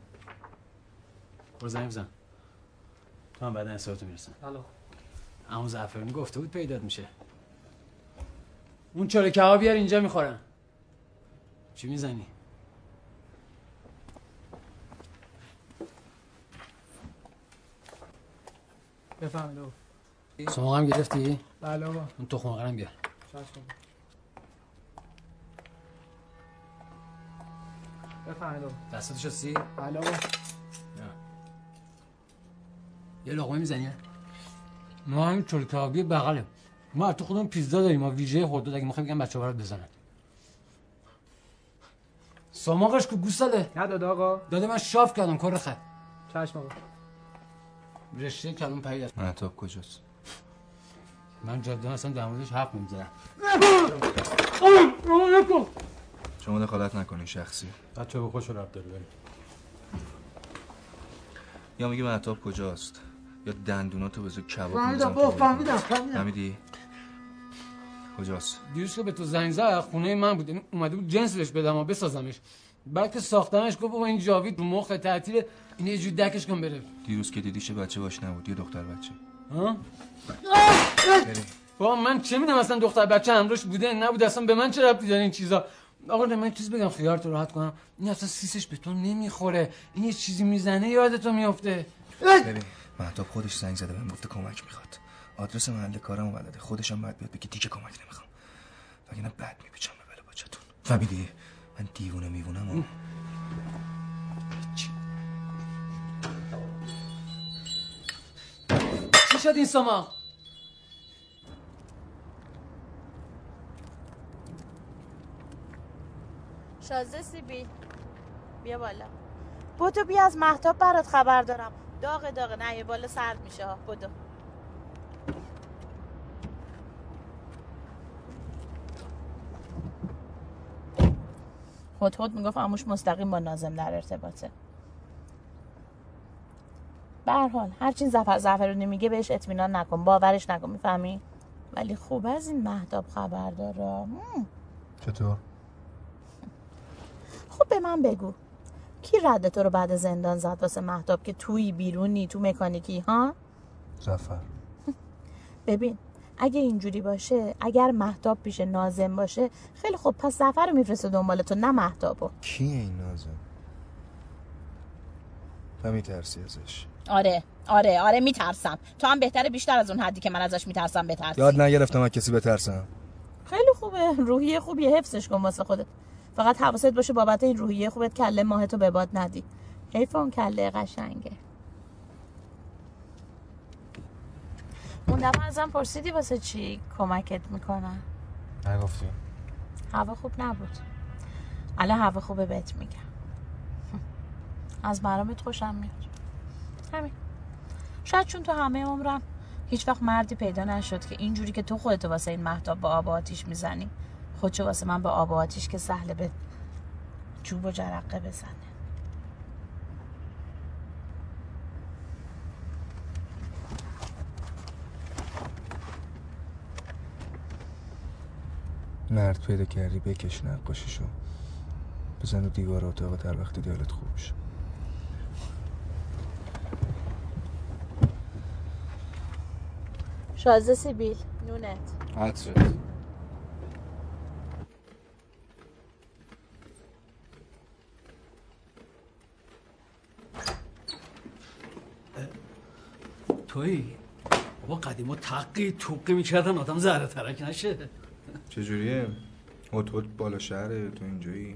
برو زنگ بزن. تو هم بعدا حسابتو میرسن. الو. عمو زعفرانی گفته بود پیدات میشه. اون چاله کباب بیار اینجا میخورن. چی میزنی؟ بفهمید. سماق هم گرفتی؟ بله بابا. اون تخم مرغ هم بیار. چشم. بفهمید. دستاتو شستی؟ بله بابا. یه لقمه میزنی؟ ما هم چاله کبابی بغله. ما تو خودمون پیتزا داریم، ما ویژه هرداد اگه میخوای بگم بچه‌ها برات بزنن. سماقش کو گوش داده؟ نداده آقا. داده من شاف کردم کار خط. چشم آقا. رشته کلام پرید. مهتاب کجاست؟ من جدا اصلا در موردش حرف نمیزنم. شما دخالت نکنین شخصی. بچه به خوش رفت داری بریم. یا میگه مهتاب کجاست یا دندوناتو بذار کباب فهمیدم بابا فهمیدم فهمیدم فهمیدی؟ کجاست؟ دیروز که به تو زنگ زد خونه من بود، یعنی اومده بود جنس بهش بدم و بسازمش. بعد که ساختمش گفت بابا این جاوید رو مخ تعطیل، این یه جور دکش کن بره. دیروز که دیدیش بچه باش نبود، یه دختر بچه. ها؟ بابا من چه میدونم اصلا دختر بچه همراهش بوده نبود، اصلا به من چه ربطی داره این چیزا؟ آقا من چیز بگم خیارت رو راحت کنم، این اصلا سیسش به تو نمیخوره، این یه چیزی میزنه یادتو میافته. ببین مهتاب خودش زنگ زده بهم گفته کمک میخواد، آدرس محل کارمو بلده، خودش هم بعد بیاد بگه دیگه کمک نمیخوام وگرنه بعد میپیچم به بله بچه‌تون. فهمیدی؟ من دیوونه میوونم. چی شد این سما؟ شازده سیبیل بیا بالا. بودو بیا از مهتاب برات خبر دارم. داغ داغ نه یه بالا سرد میشه ها. بودو. هد هد میگفت عموش مستقیم با ناظم در ارتباطه. به هر حال هر چی ظفر ظفرونی میگه بهش اطمینان نکن، باورش نکن، میفهمی؟ ولی خوب از این مهتاب خبر داره. چطور؟ خب به من بگو کی رد تو رو بعد زندان زد واسه مهتاب که توی بیرونی تو مکانیکی ها؟ ظفر. ببین اگه اینجوری باشه، اگر مهتاب پیش ناظم باشه خیلی خوب، پس ظفر رو میفرسته دنبال تو نه مهتابو. کیه این ناظم؟ تو میترسی ازش؟ آره آره آره میترسم. تو هم بهتره بیشتر از اون حدی که من ازش میترسم بترسی. یاد نگرفتم از کسی بترسم. خیلی خوبه، روحیه خوبیه، حفظش کن واسه خودت. فقط حواست باشه بابت این روحیه خوبت کله ماهتو به باد ندی. حیف اون کله قشنگه. اون دفعه ازم پرسیدی واسه چی کمکت میکنم؟ نگفتی. هوا خوب نبود. الان هوا خوبه بهت میگم. از برامت خوشم میاد. همین. شاید چون تو همه عمرم هیچ وقت مردی پیدا نشد که اینجوری که تو خودتو واسه این مهتاب با آب و آتیش میزنی، خودشو واسه من با آب و آتیش که سهله به جوب و جرقه بزنه. مرد پیدا کردی بکش نقاشیشو بزن رو دیوار اتاق در وقتی دیالت خوب شه. شازده سیبیل نونت حترت. تویی بابا قدیما تقی توقی میکردن آدم زهره ترک نشه. چجوریه؟ هت‌هت بالا شهره تو اینجایی؟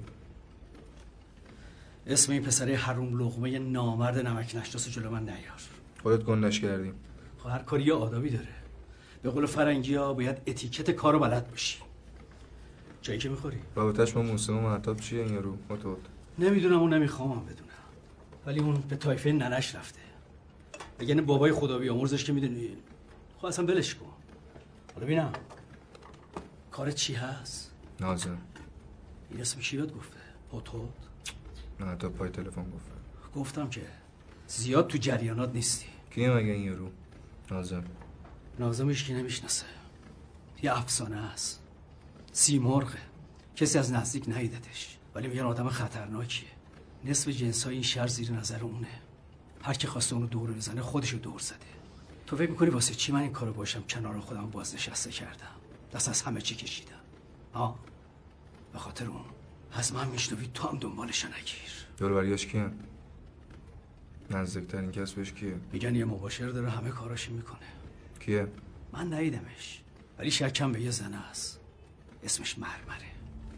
اسم این پسره حروم لقمه نامرد نمک نشناس جلو من نیار. خودت گندش کردی. خب هر کاری یه آدابی داره. به قول فرنگی ها باید اتیکت کارو بلد باشی. چایی که میخوری؟ رابطهش با موسیم و مهتاب چیه این رو؟ هت‌هت نمیدونم و نمیخوامم بدونم، ولی اون به طایفه ننش رفته. یعنی بابای خدا بیامرزش که میدونی. خب اصلا بلش کن. حالا ببینم کارت چی هست؟ ناظم. این اسم کی یاد گفته؟ هت‌هت؟ نه تا پای تلفن گفته. گفتم که زیاد تو جریانات نیستی. کیه مگه این یارو؟ ناظم. ناظمش کی نمیشناسه. یه افسانه است. سیمرغه. کسی از نزدیک ندیدتش، ولی میگن آدم خطرناکیه. نصف جنسای این شهر زیر نظر اونه. هر کی خواسته اونو دور بزنه خودشو دور زده. تو فکر می‌کنی واسه چی من این کارو باشم کنار خودم بازنشسته کردم؟ دست از همه چی کشیدم. ها؟ به خاطر اون از من میشنوی تو هم دنبالش نگیر. دوربریاش کیه؟ نزدیکترین کس بهش کیه؟ میگن یه مباشر داره همه کاراشو میکنه. کیه؟ من ندیدمش، ولی شکم به یه زنه است. اسمش مرمره.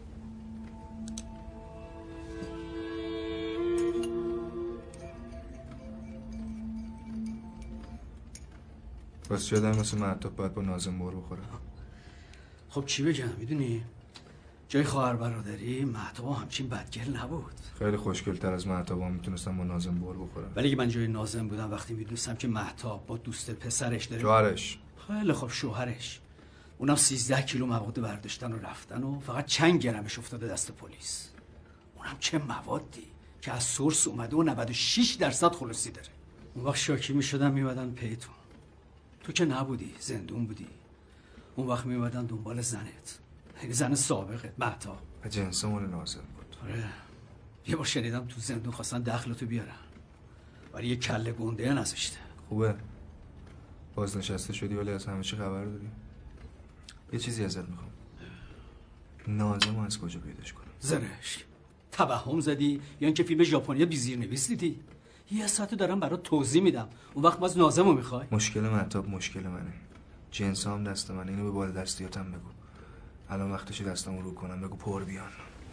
بس چه آدم مثل مهتاب باید با ناظم بار بخوره؟ خب چی بگم میدونی؟ جای خواهر برادری مهتاب همچین بدگل نبود. خیلی خوشگل‌تر از مهتاب هم میتونستم با ناظم بار بخورم. ولی که من جای ناظم بودم وقتی میدونستم که مهتاب با دوست پسرش داره. شوهرش. خیلی خب شوهرش اونم سیزده کیلو مواد برداشتن و رفتن و فقط چند گرمش افتاده دست پلیس. اونم چه موادی که از سورس اومده و نود و شش درصد خلوصی داره. اون وقت شاکی میشدن میمدن پیتون. تو که نبودی، زندون بودی. اون وقت میمدن دنبال زنت، یعنی زن سابقت مهتاب. و جنس مال نازم بود. آره یه بار شنیدم تو زندون خواستن دخلتو بیارن ولی یه کله گنده نذاشته. خوبه بازنشسته شدی ولی از همه چی خبر داری؟ یه چیزی ازت میخوام، نازم از کجا پیداش کنم؟ زرشک توهم زدی یا اینکه فیلم ژاپنی بی زیرنویس دیدی؟ یه ساعتو دارم برات توضیح میدم، اون وقت باز نازمو میخوای؟ مشکل مهتاب مشکل منه، جنس هم دست منه، اینو به بالا دستیاتم بگو. الان وقتش دستمو رو کنم، بگو پر بیان.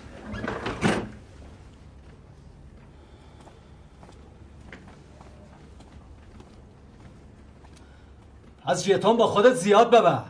از ژتون با خودت زیاد ببر.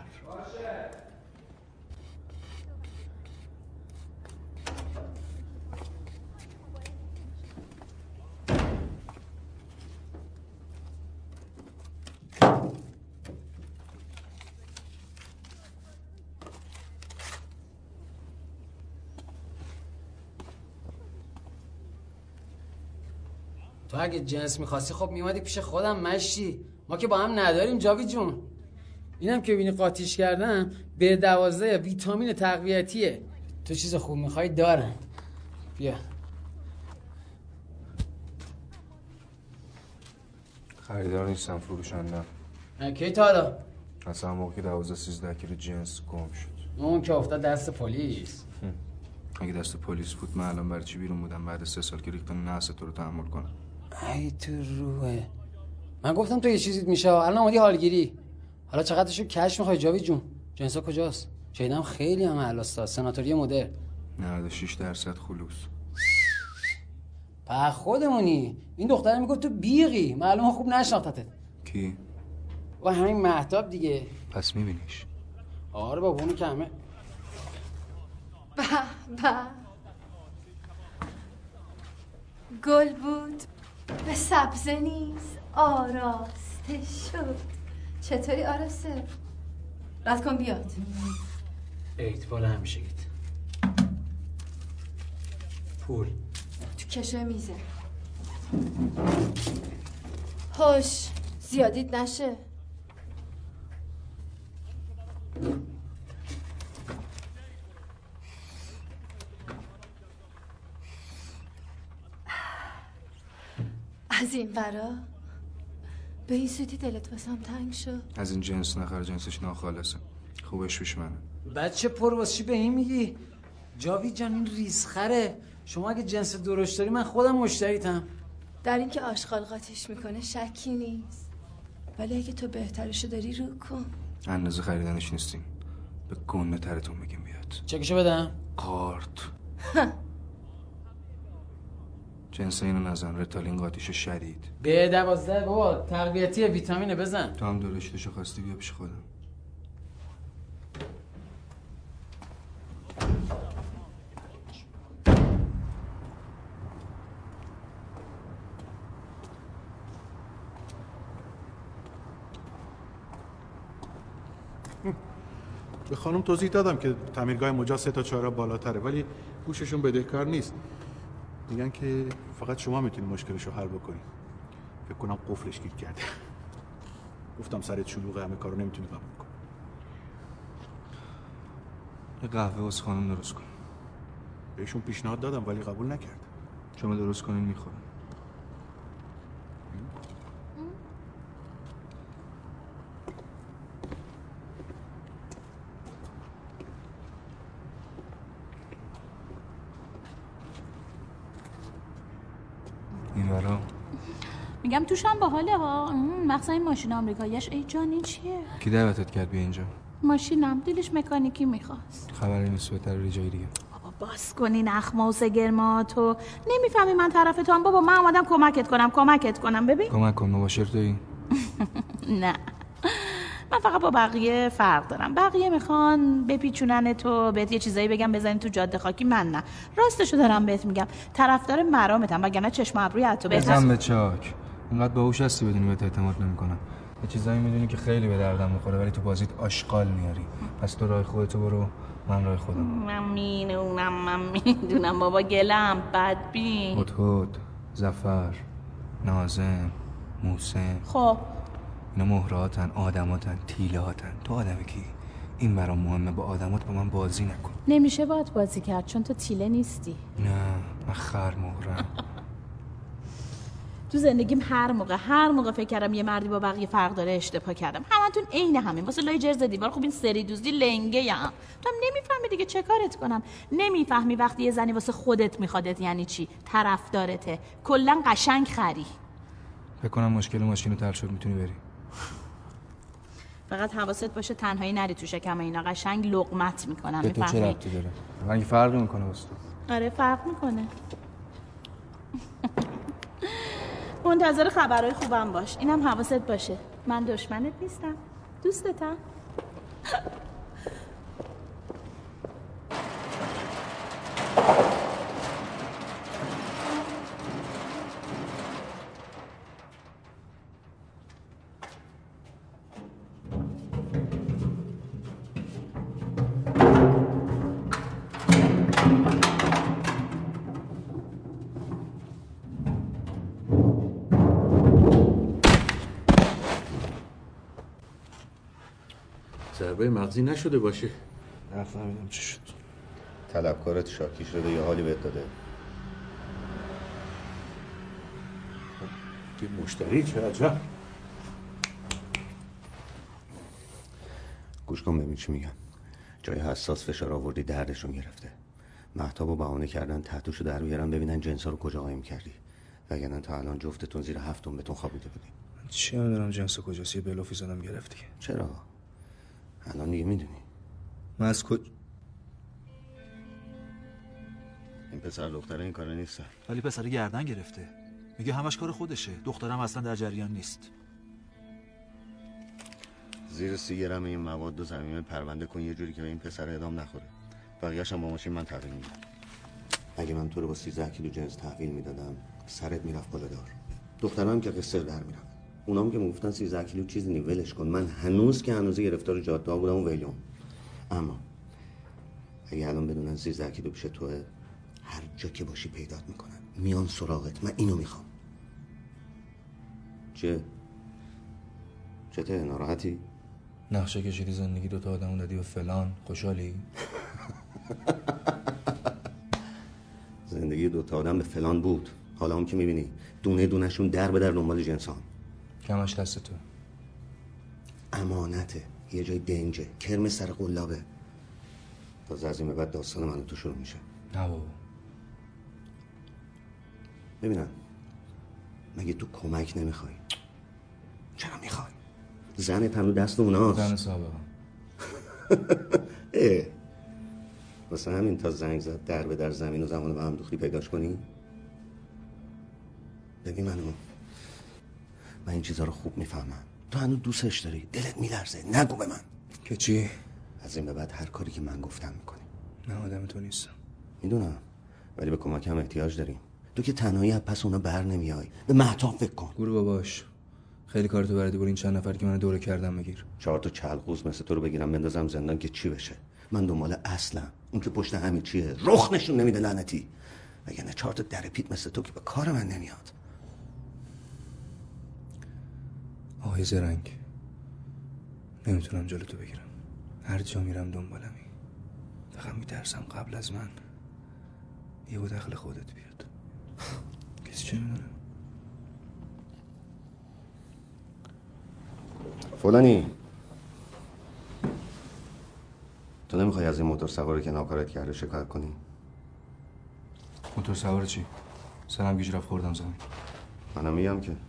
تو اگه جنس میخواستی خب میومدی پیش خودم مشتی، ما که با هم نداریم جاوید جون. اینم که بینی قاطیش کردم به دوازده ویتامین تقویتیه، تو چیز خوب میخوای دارم. بیا خریدار نیستم، فروشندم. کی تا حالا؟ اصلا موقع که دوازده سیزده کیلو جنس گم شد. اون که افتاد دست پلیس. اگه دست پلیس بود من الان برای چی بیرون بودم بعد سه سال که ریختن نحس تو رو تحمل کنم؟ ای تو روحه، من گفتم تو یه چیزیت میشه، الان اومدی حالگیری. حالا چقدرشو کش میخوای جاوید جون؟ جنسا کجاست؟ شنیدم خیلی هم اعلاستا، سناتوری مدر. نود و شش درصد خلوص. په خودمونی. این دختره میگفت تو بیقی، معلومه خوب نشناختتت. کی؟ و همین مهتاب دیگه. پس میبینیش؟ آره بابا اونو که همه. به به گل بود به سبزه نیست آراسته شد. چطوری آراسته؟ رد کن بیاد. ایت بالا همیشه گید پول تو کشوی میزه. هوش زیادیت نشه. از این برا به این سوتی دلت واسم تنگ شد. از این جنس نخر، جنسش ناخالصه، خوبش پیش منه. بچه پر واسه چی به این میگی؟ جاوید جان این ریزخره. شما اگه جنس درشت داری من خودم مشتریتم. در این که آشغال قاطیش میکنه شکی نیست، ولی اگه تو بهترشو داری رو کن. اندازه خریدنش نیستیم، به گونه ترتون میگیم بیاد. چکشو بدم؟ قارت جنس اینو نزن، رتالین قاطیشو شدید. به دوازده بابا تقویتی ویتامینه بزن. تو هم درشتشو خواستی بیا پیش خودم. به خانم توضیح دادم که تعمیرگاه مجاز سه تا چهار بالاتره ولی گوششون بدهکار نیست. میگن که فقط شما میتونید مشکلشو حل بکنید. فکر کنم قفلش گیر کرده. گفتم سرت شلوغه، همه کارو نمیتونی قبول کنی. یه قهوه واسه خانم درست کن. بهشون پیشنهاد دادم ولی قبول نکرد. شما درست کنین میخورم. این برا میگم توش هم باحاله ها، مخصوصا این ماشین آمریکاییش. ای جان این چیه؟ کی دعوتت کرد بیا اینجا؟ ماشینم دلش مکانیکی میخواست. خبری نیست، بهتره بری جای دیگه. بابا باز کنین اخما و سگرماتو. نمیفهمی من طرف تو هم. بابا من اومدم کمکت کنم کمکت کنم. ببین کمک کن، مباشر تویی؟ نه من فقط با بقیه فرق دارم. بقیه میخوان بپیچونن تو، بهت یه چیزایی بگم بزنی تو جاده خاکی. من نه، راستشو دارم بهت میگم. طرفدار مرامتم وگرنه چشم ابروی تو بهت بزن به چاک. اینقدر باهوش هستی بدونی بهت اعتماد نمیکنم. یه چیزایی میدونی که خیلی به دردم میخوره ولی تو بازیت آشغال میاری. پس تو راه خودتو برو، من راه خودم. من میدونم من میدونم بابا گلم بدبین. هدهد، ظفر، ناظم، محسن. خب اینا مهرهاتن، آدماتن، تیلهاتن. تو آدم کی؟ این برام مهمه. با آدمات با من بازی نکن. نمیشه باهات بازی کرد چون تو تیله نیستی. نه من خر مهرم. تو زندگیم هر موقع هر موقع فکر کردم یه مردی با بقیه فرق داره اشتباه کردم. همتون عین همین واسه لای جرز دیوار. خب این سری دوزی لنگه ام. تو هم نمیفهمی دیگه چه کارت کنم. نمیفهمی وقتی یه زنی واسه خودت میخوادت یعنی چی؟ طرفدارته. کلا قشنگ خری. فکر کنم مشکل ماشینو حل شد، میتونی بری. فقط حواست باشه تنهایی نری تو شکم اینا. قشنگ لقمت میکنم. به تو چه ربطی داره؟ من فرقی میکنه واسه تو. آره فرق میکنه. منتظر خبرهای خوبم باش. اینم حواست باشه من دشمنت نیستم، دوستتم. ضربه مغزی نشده باشه. نفهمیدم چی شد. طلبکارت شاکی شده یه حالی بهت داده. یه مشتری چه عجب. گوش کن ببین چی میگم. جای حساس فشار آوردی دردشون گرفته. مهتابو بهانه کردن تحتوشو در بیارن ببینن جنسا رو کجا قایم کردی. وگرنه تا الان جفتتون زیر هفتم بهتون خوابیده بودین. چی میدونم جنس کجاست؟ یه بلوفی زدم گرفتی. چرا؟ الان دیگه میدونی. من از کج... این پسر دختره این کاره نیست. ولی پسر گردن گرفته. میگه همش کار خودشه. دخترم اصلا در جریان نیست. زیر سیگرم این مواد و زمین پرونده کن یه جوری که به این پسر ادام نخوره. بقیه‌اش هم با ماشین من تحویل میدم. اگه من تو رو با سیزده کیلو جنس تحویل میدادم سرت میرفت بالا دار. دخترم که قصر در میرم. اونام که میگفتن سیزده کیلو چیزی نی ولش کن. من هنوز که هنوز گرفتار جاده ها بودم و ویلیوم. اما اگه الان بدونن سیزده کیلو پیش توه هر جا که باشی پیدات میکنن میان سراغت. من اینو میخوام. چه؟ چته ناراحتی؟ نقشه کشیدی زندگی دوتا آدمون دادی و فلان. خوشحالی؟ زندگی دوتا آدم به فلان بود. حالا هم که میبینی دونه دونهشون در به در دنبال جنسان. کمش دست تو. امانته. یه جای دنجه. کرم سر قلابه. تازه از این به بعد داستان من تو شروع میشه. نه بابا. ببینم مگه تو کمک نمیخوای؟ چرا میخوای؟ زنت هم رو دست اوناست. زن سابقه. اه واسه همین تا زنگ زد در به در زمین و زمان به هم دوختی پیداش کنی؟ ببین منو من این چیزا رو خوب میفهمم. تو هنوز دوستش داری. دلت میلرزه. نگو به من که چی؟ از این به بعد هر کاری که من گفتم میکنی. نه آدم تو نیستم. میدونم ولی به کمکم احتیاج داریم. تو که تنهایی از پس اونا بر نمیای. به مهتاب فکر کن. گورو باباش خیلی کارتو بردی برو این چند نفر که منو دوره کردم بگیر. چهار تا چلقوز مثل تو رو بگیرم بندازم زندان که چی بشه؟ من دنبال اصلم. اون که پشت همین چیه رخ نشون نمیده لعنتی. وگرنه چهار تا در پیت مثل تو که به کار من نمیاد. آهای زرنگ نمیتونم جلو تو بگیرم. هر جا میرم دنبالمی. فقط میترسم قبل از من یه و دخل خودت بیاد. کسی چه میدونه؟ فلانی تو نمیخوای از این موتور سواری که ناکارت کرده شکایت کنی؟ موتور سوار چی؟ سرم گیج رفت خوردم زمین. منم میگم که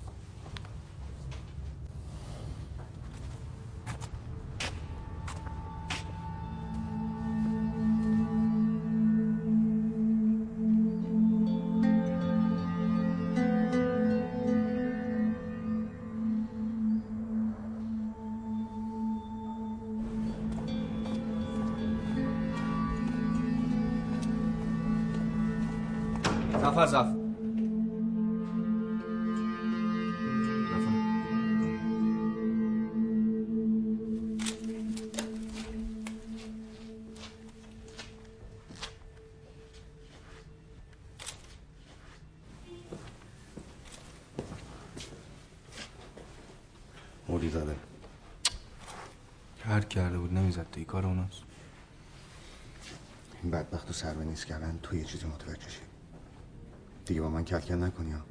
زفر زفر ترک کرده بود نمیزد تی کار اوناست. این بدبخت و سر به نیست کردن تو یه چیزی متوجه شی دیگه با من کلکل نکنی ها.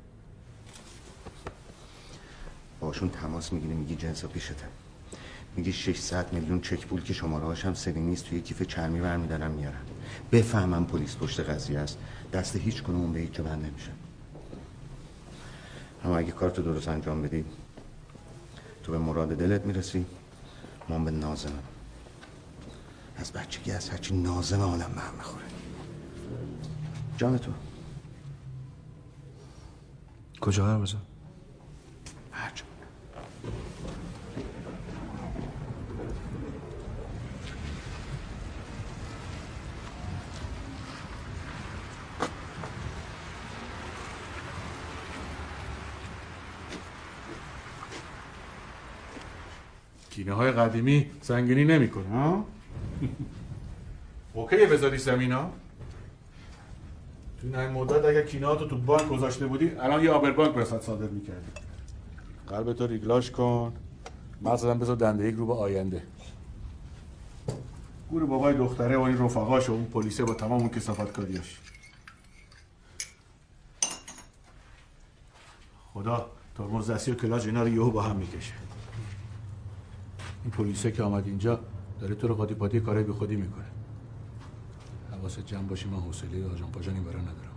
باشون تماس میگیری میگی جنسا پیشته، میگی ششصد میلیون چک پول که شماره هاش هم سری نیست توی کیف چرمی برمیدارن میارن. بفهمم پلیس پشت قضیه است دست هیچ کنون به هیچ جا بند نمیشه. اما اگه کارتو درست انجام بدی تو به مراد دلت میرسی، من به نازمم. از بچگی از هرچی نازم آدم به هم میخوره. جان تو کجا هر بزن؟ هر جا. کینه های قدیمی زنگینی نمیکنه ها؟ اوکیه بذاری زمین ها؟ تو این مدت اگر کینه ها تو تو بانک گذاشته بودی الان یه آبر بانک برسد صادر میکردی. قلبتو ریگلاش کن، مغزت هم بذار دنده یک رو به آینده. گور بابای دختره و این رفقاش و اون پلیسه با تمام اون کثافتکاریاش. خدا ترمز دستی و کلاج اینا رو یهو با هم میکشه. این پلیسه که آمد اینجا داره تو رو قاطی پاتی کارهای بی خودی میکنه. حواست جمع باشی، من حوصله آجان پاجان این برا ندارم.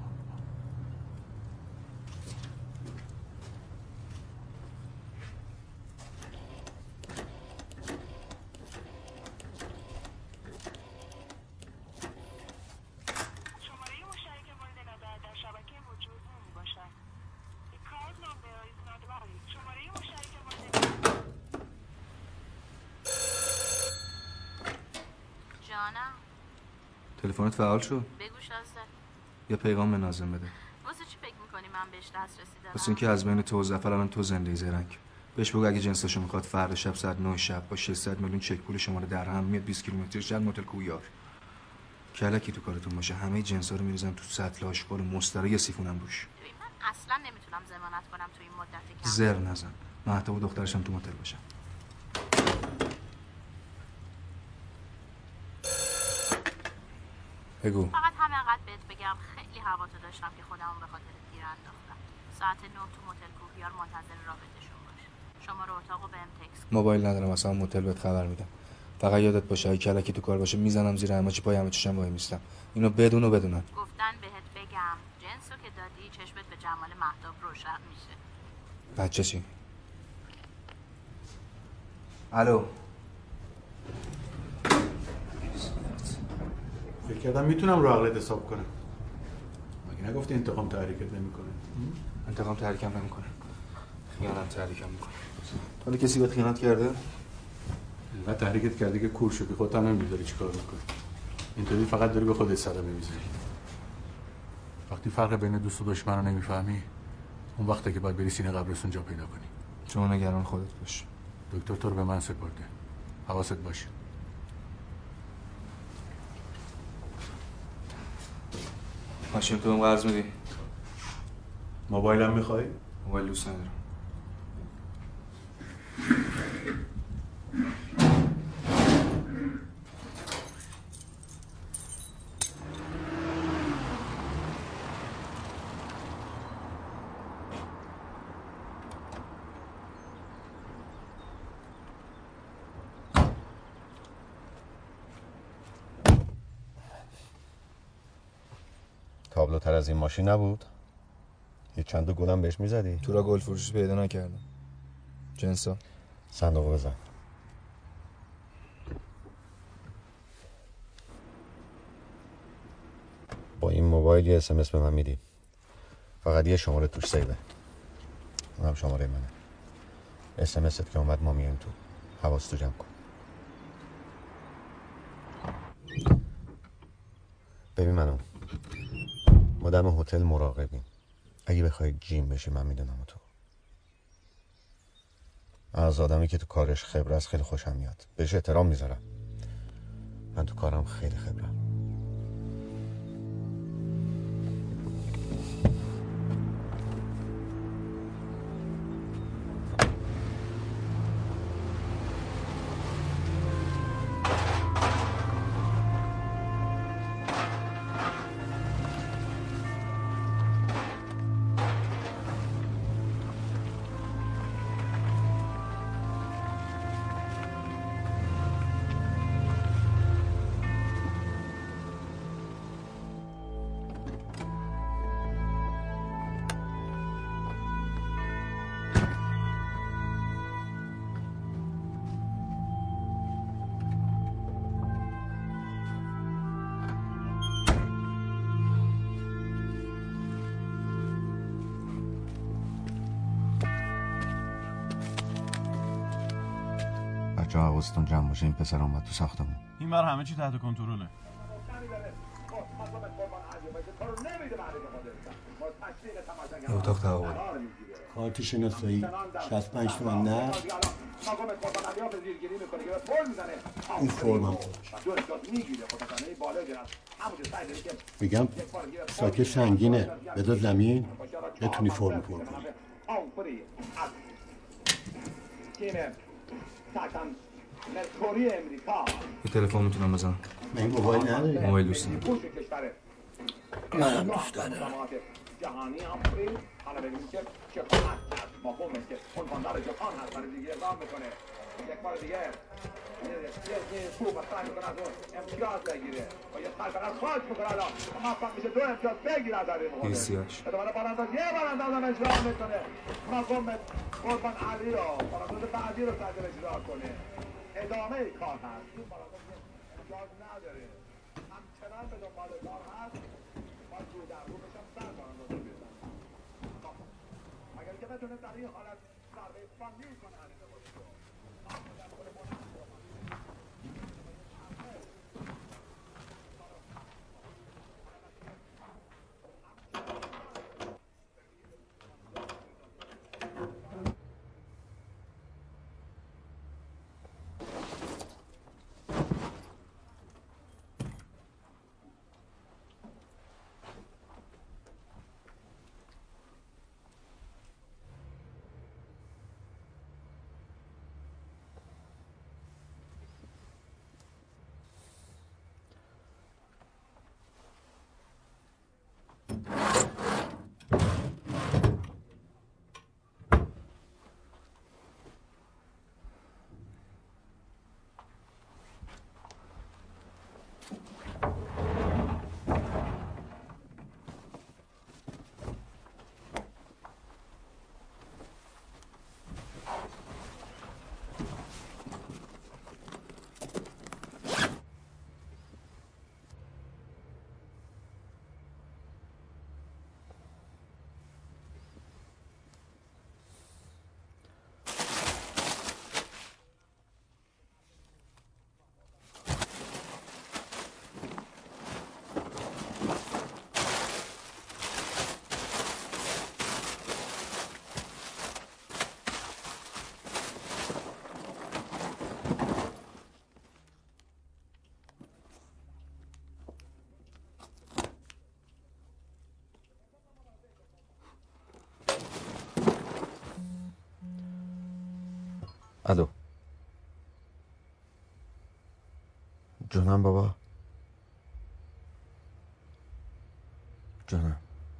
تلفنت فعال شد؟ بگو شازده. یا پیغام به ناظم بده. واسه چی فکر میکنی من بهش دست رسیدم؟ واسه اینکه از بین تو و ظفر الان تو زنده زرنگ. بهش بگو اگه جنساشو میخواد فردا شب ساعت نه شب با ششصد میلیون چک پول شما رو درهم میاد بیست کیلومتر شهر متل کویار. کلکی تو کارتون باشه همه جنسا رو میریزم تو سطل آشغال و مسترا یا سیفونم روش. ببین من اصلا نمیتونم ضمانت کنم تو این مدت کم. زر نزن. مهتاب و دخترش هم تو متل باشن. بگو. فقط همینقدر بهت بگم خیلی هواتو داشتم که خودمو به خاطر دیر انداختم. ساعت نه تو متل کوهیار منتظر رابطه‌شون باش. شماره اتاقو بهم تکست کن. موبایل ندارم اصلا متل بهت خبر میدم. فقط یادت باشه اگه کلکی تو کار باشه میزنم زیر همه پای همه چشم وای میستم. اینو بدون و بدونن. گفتن بهت بگم جنسو که دادی چشمت به جمال مهتاب روشن میشه. بچه چی؟ الو. فکر کردم میتونم رو عقلت حساب کنم. مگه نگفتی انتقام تحریکت نمیکنه؟ انتقام تحریکم نمیکنه. خیانت تحریکم میکنه. حالا کسی بهت خیانت کرده؟ اینقدر تحریکت کرده که کور شدی خودت هم نمیداری چیکار میکنی. اینطوری فقط داری به خودت صدمه میزنی. وقتی فرق بین دوست و دشمن رو نمیفهمی اون وقته که باید بری سینه قبرستون جا پیدا کنی. شما نگران خودت باش. دکتر تو رو به من سپرده. حواست باشه. ماشین تو هم قرض میدی؟ موبایلم میخوای؟ موبایل دوست ندارم. تابلوتر از این ماشین نبود؟ یه چند تا گلم بهش میزدی؟ تو را گل فروشی پیدا نکردم. جنسا صندوق بزن. با این موبایل یه اس ام اس به من میدی. فقط یه شماره توش سیبه. اونم شماره منه. اس ام است که اومد ما میایم تو. حواستو جمع کن. ببین منو. ما دم هتل مراقبیم. اگه بخوای جیم بشی من میدونم تو. از آدمی که تو کارش خبره است خیلی خوشم میاد. بهش احترام میذارم. من تو کارم خیلی خبرم. حواستون جمع باشه این پسر اومد تو ساختمون. این بر همه چی تحت کنترله. اتاق تحول کارت شناسایی شصت و پنج تومن نه این فرم هم میگم ساکه سنگینه بذار زمین بتونی فرم پر کنی. یه تلفن میتونم بزنم؟ من این موبایل نداری؟ موبایل دوست ندارم. منم دوست دارم. جهانی آفرین حالا ببینیم که چه خواهد کرد مفهومه که عنواندار جهان هست برای دیگه اقدام میکنه یک بار دیگه یه خوب و سعی میکنه از اون امتیاز بگیره و یه سعی فقط خواهد میکنه الان موفق میشه دو امتیاز بگیره از این مقابل ادامه بارانداز یه بارانداز هم اجرا میکنه مقام قربان علی رو بارانداز بعدی رو سعی اجرا کنه ادامه کار هست این بارانداز امتیاز نداره همچنان به دنبال کار هست باید رو در رو بشم سر بارانداز رو بزن اگر که بتونه در این حالت ضربه فنی کنه علی رو الو جونم بابا جونم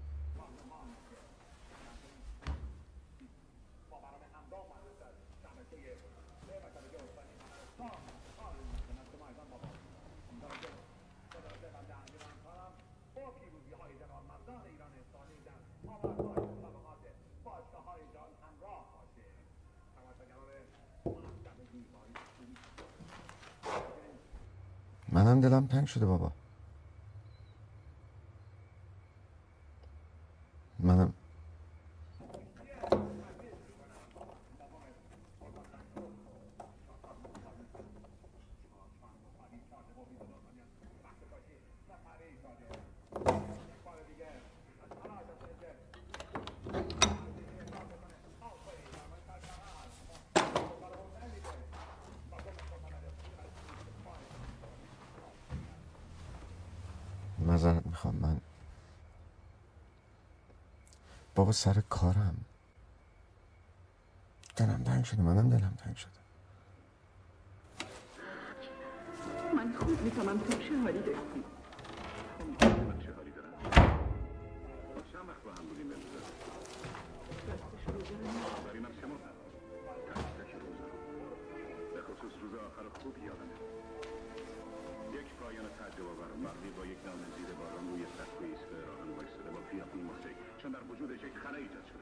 منم دلم تنگ شده بابا منم معذرت میخوام من بابا سر کارم دلم تنگ شده منم دلم تنگ شده من خوب میفهمم تو چه حالی داری من چه حالی دارم چند وقت با هم بودیم امروز راستش روزانه برای من شما تک تک روزا به خصوص روز آخر خوب یادمه یک پایان تعجب آور مغزی با یک نامه زیر باران روی سقف ایستگاه راهن وایساده با پیاپی مخته چون در وجودش یک خلا ایجاد شده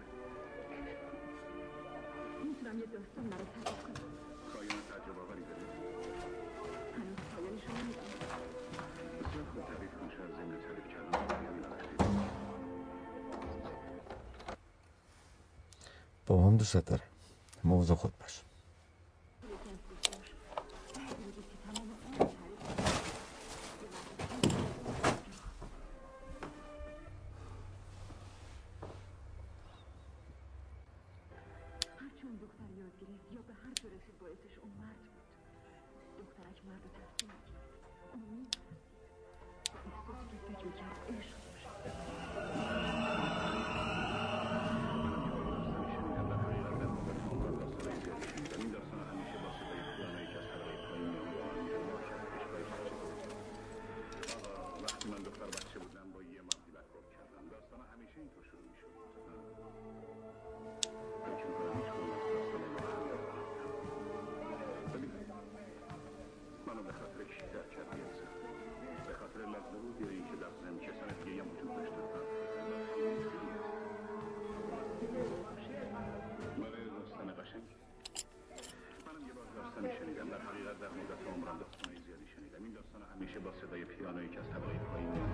میتونم یه داستان مرا تعریف کنم پایان تعجب آوری داره هنوز پایانش رو نمیدونم بسیار خوب تعریف کن شاید ضمن تعریف کردن پایانی نداشتید بابام دوست داره مواظب خود باش میکرد عشق وقتی من دختر بچه بودم با یه مردی برخورد کردم داستان همیشه اینطور شروع میشد فکر میکنم هیچ کنم از داستان ما ببین منو به خاطر کی در کردی انسان به خاطر لحظه بود یا اینکه در ذهن کسان دیگه هم وجود داشته برای داستان قشنگ منم یه بار داستانی شنیدم در حقیقت در مدت عمرم داستانای زیادی شنیدم این داستان همیشه با صدای پیانویی که از طبقه پایین میاد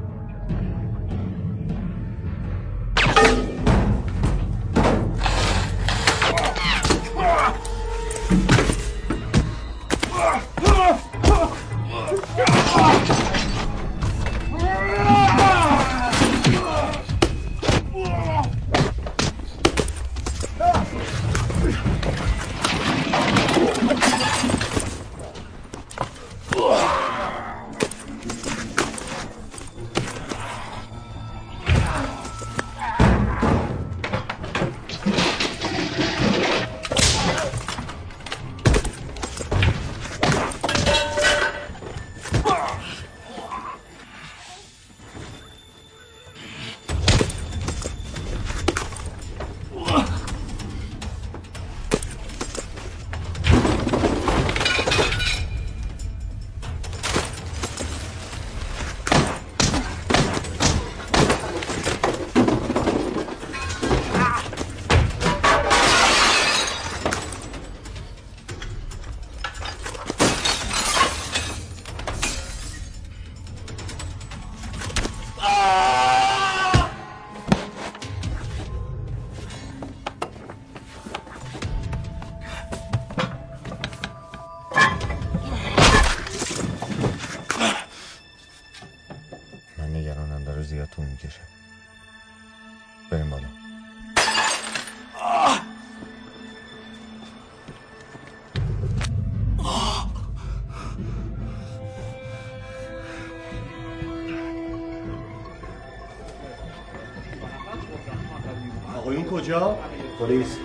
بریم بالا. آقایون کجا؟ پلیس.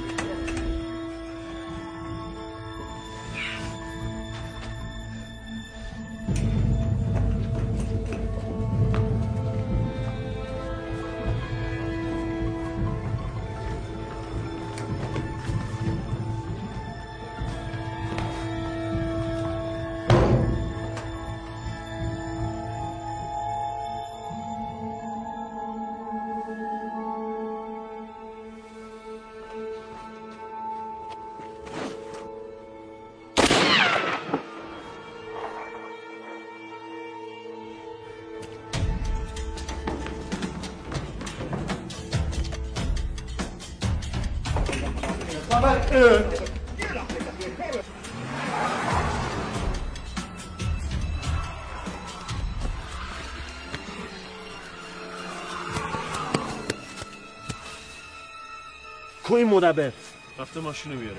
کو این مدبر رفته ماشینو بیاره.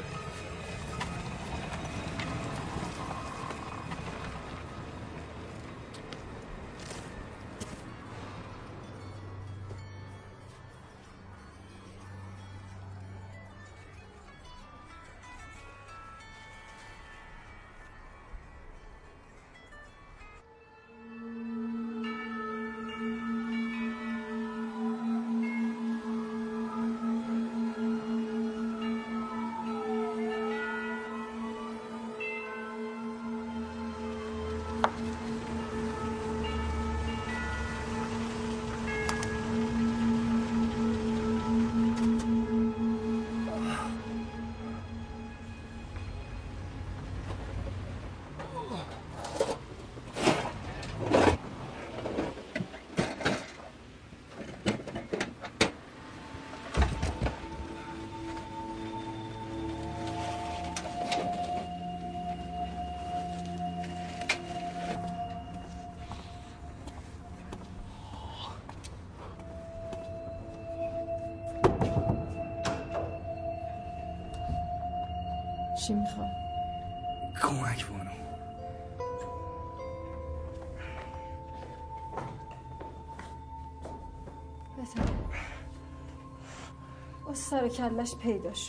چی میخواد؟ کمک بانو. بزن. با سر کلش پیدا شد.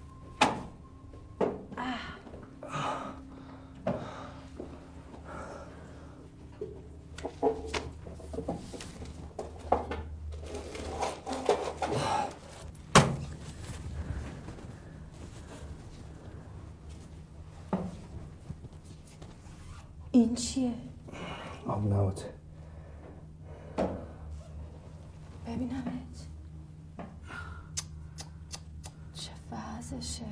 این چیه؟ آب نبات. ببینمت. چه وضعشه؟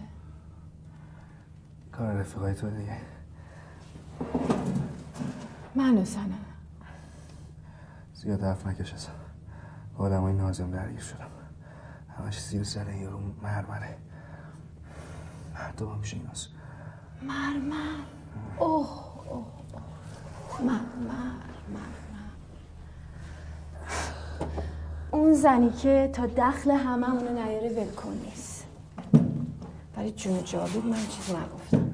کار رفیقای تو دیگه. منو سنم. زیاد حرف نکش اصلا. با آدمای نازم درگیر شدم. همش زیر سر یارو مرمره. مردم هم میشه ایناست. مرمر. اوه اوه اوه. مرمر مرمر. اون زنی که تا دخل همه اونو نیاره ولکن نیست. برای جون جاوید من چیز نگفتم.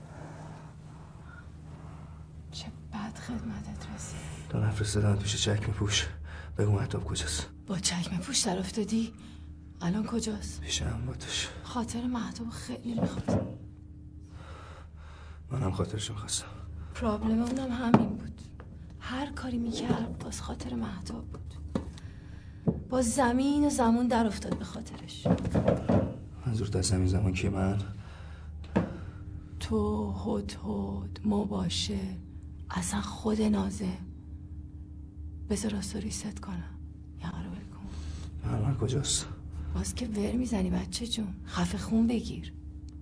چه بد خدمتت رسید. دو نفرستادم پیش چکمه پوش. بگو مهتاب کجاست؟ با چکمه پوش در افتادی؟ الان کجاست؟ پیش امواتش. خاطر مهتاب خیلی میخواد. منم خاطرشو میخواستم. پرابلم اونم همین بود. هر کاری میکرد باز خاطر مهتاب بود. با زمین و زمان در افتاد به خاطرش. منظورت از زمین زمان که من؟ تو، هد هد، مباشه، اصلا خود نازه. بذار راستو ریست کنم. یه رو بکن. مرمر کجاست؟ باز که ور میزنی بچه جون. خفه خون بگیر.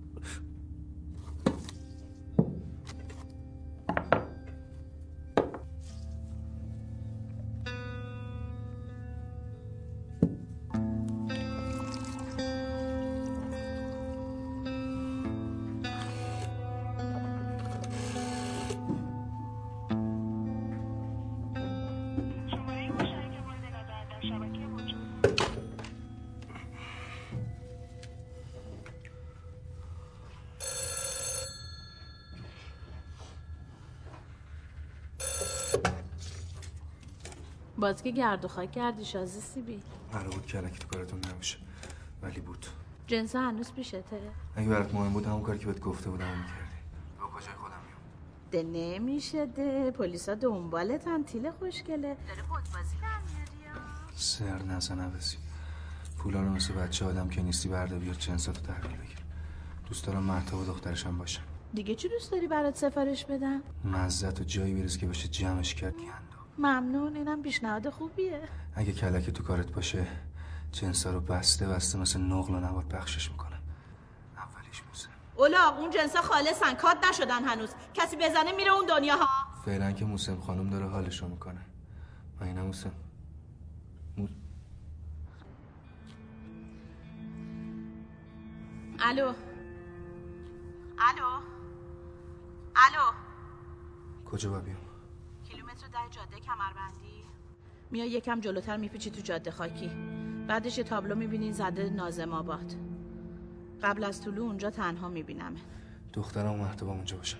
باز که گرد و خاک کردی شازی سیبی. قرار بود که الکی تو کارتون نمیشه ولی بود. جنس هنوز پیشته؟ اگه برات مهم بود همون کاری که بهت گفته بودم میکردی. با کجای خودم میام؟ ده نمیشه ده پلیسا دنبالتن. تیل خوشگله داره بازی در میاری. سر نزن عوضی. پولا رو مثل بچه آدم که نیستی برده بیار جنساتو تحویل بگیر. دوست دارم مهتاب و دخترشم باشم. دیگه چی دوست داری برات سفارش بدم؟ مزت و جایی برس که بشه جمعش کرد گندو. ممنون، اینم پیشنهاد خوبیه. اگه کلک تو کارت باشه جنسا رو بسته بسته مثل نقل و نبات بخشش میکنم. اولیش موسه. اولاغ اون جنسا خالصن، کات نشدن هنوز. کسی بزنه میره اون دنیا ها. فعلا که موسم خانم داره حالشو میکنه. من اینم موسم. مو... الو. الو. الو. کجا باید بیام؟ کیلومتر ده جاده کمربندی. میای یکم جلوتر میپیچی تو جاده خاکی. بعدش یه تابلو میبینی زده ناظم آباد. قبل از طلوع اونجا تنها میبینمه. دخترم و مهتابم اونجا باشن.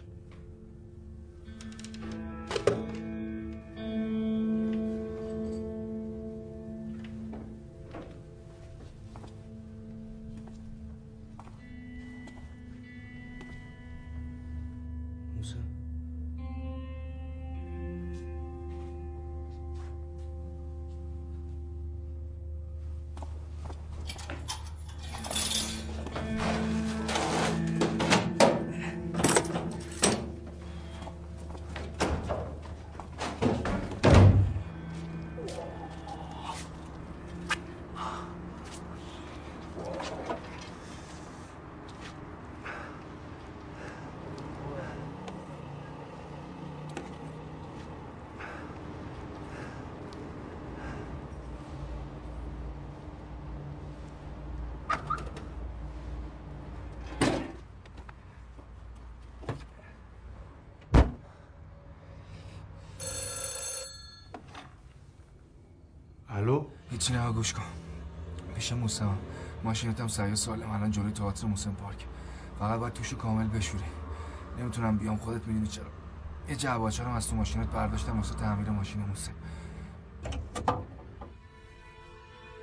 الو؟ هیچی نه گوش کن. پیش موسم ماشینتم سعی سالم الان جلوی تئاتر موسم پارک. فقط باید توشو کامل بشوری. نمیتونم بیام، خودت میدونی چرا. یه جعبه‌چه رو از تو ماشینت برداشتم واسه تعمیر ماشین موسم.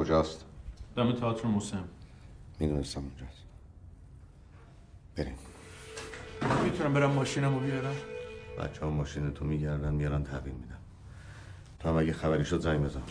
کجاست؟ دم تئاتر موسم. میدونستم اونجاست. بریم. میتونم برم ماشینمو بیارم؟ بچه ها ماشینتو میگردن میارن تحویل میدن. تو هم اگه خبری شد زنگ بزن.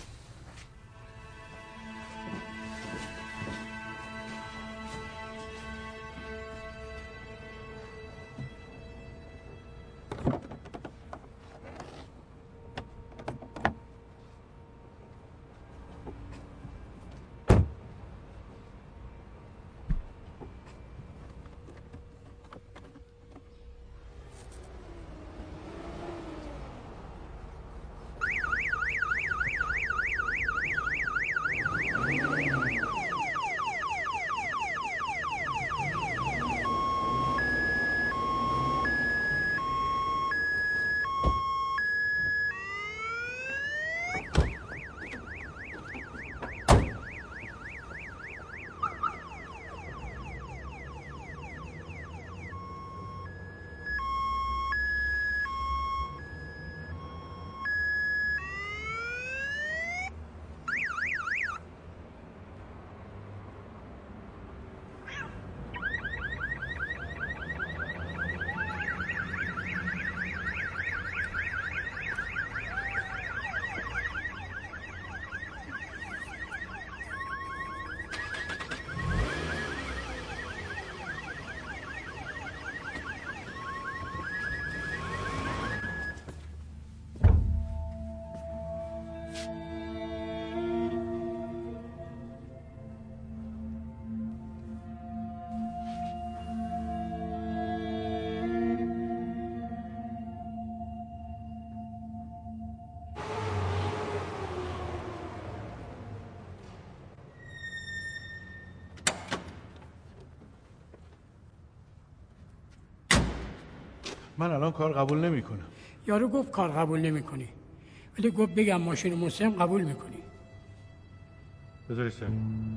من الان کار قبول نمیکنم. یارو گفت کار قبول نمیکنی، ولی گفت بگم ماشین موسم قبول میکنی. بذاری سر.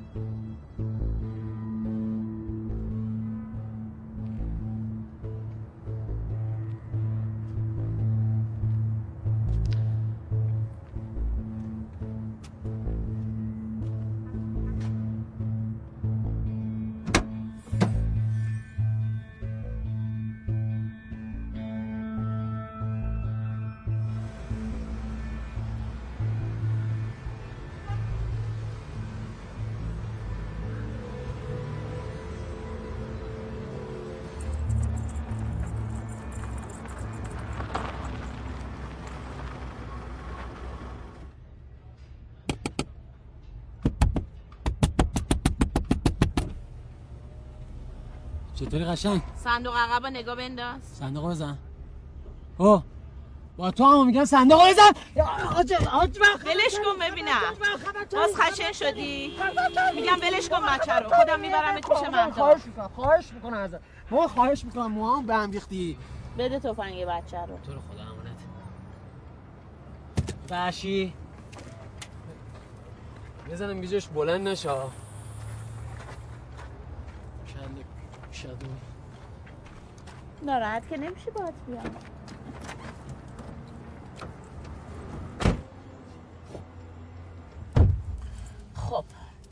چطوری قشنگ؟ صندوق عقب نگاه بنداز. صندوق بزن. اوه با تو هم میگم صندوق بزن. ولش کن ببینم. باز خشن شدی؟ میگم ولش کن بچه رو. خودم میبرم پیش مهدا. خواهش میکنم خواهش میکنم ازت. ما خواهش میکنم موام به هم ریختی. بده تفنگ بچه رو. تو رو خدا امانت. باشی. بزنم بیجاش بلند نشه. کله شادو. ناراحت که نمیشه باهات بیام. خب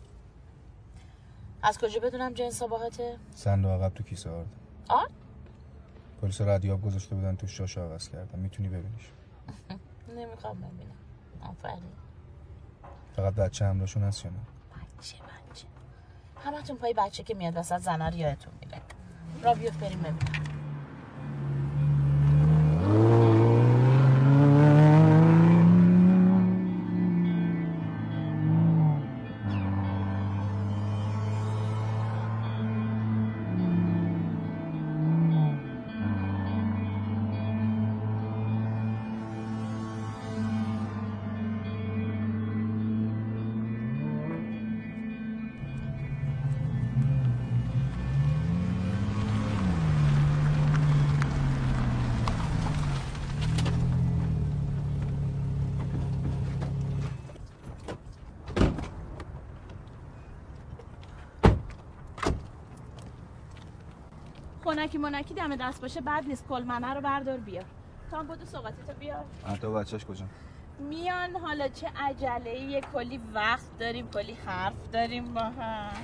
از کجا بدونم جنس باهاته؟ صندوق عقب تو کیسه آرد. آه؟ پلیس ردیاب گذاشته بودن تو شاشه عوض کردم. میتونی ببینیش. نمیخوام ببینم. آفرین. فقط بچه همراهشون هست یا نه؟ بچه بچه همتون پای بچه که میاد وسط زنه رو یادتون میره. را بیفت بریم ببینم. خونکی منکی دم دست باشه بد نیست. کلمنه رو بردار بیار. تا هم بودو سوقاتی تو بیار. انتا بچهش کجا؟ میان حالا چه عجله، یه کلی وقت داریم، کلی حرف داریم با هم.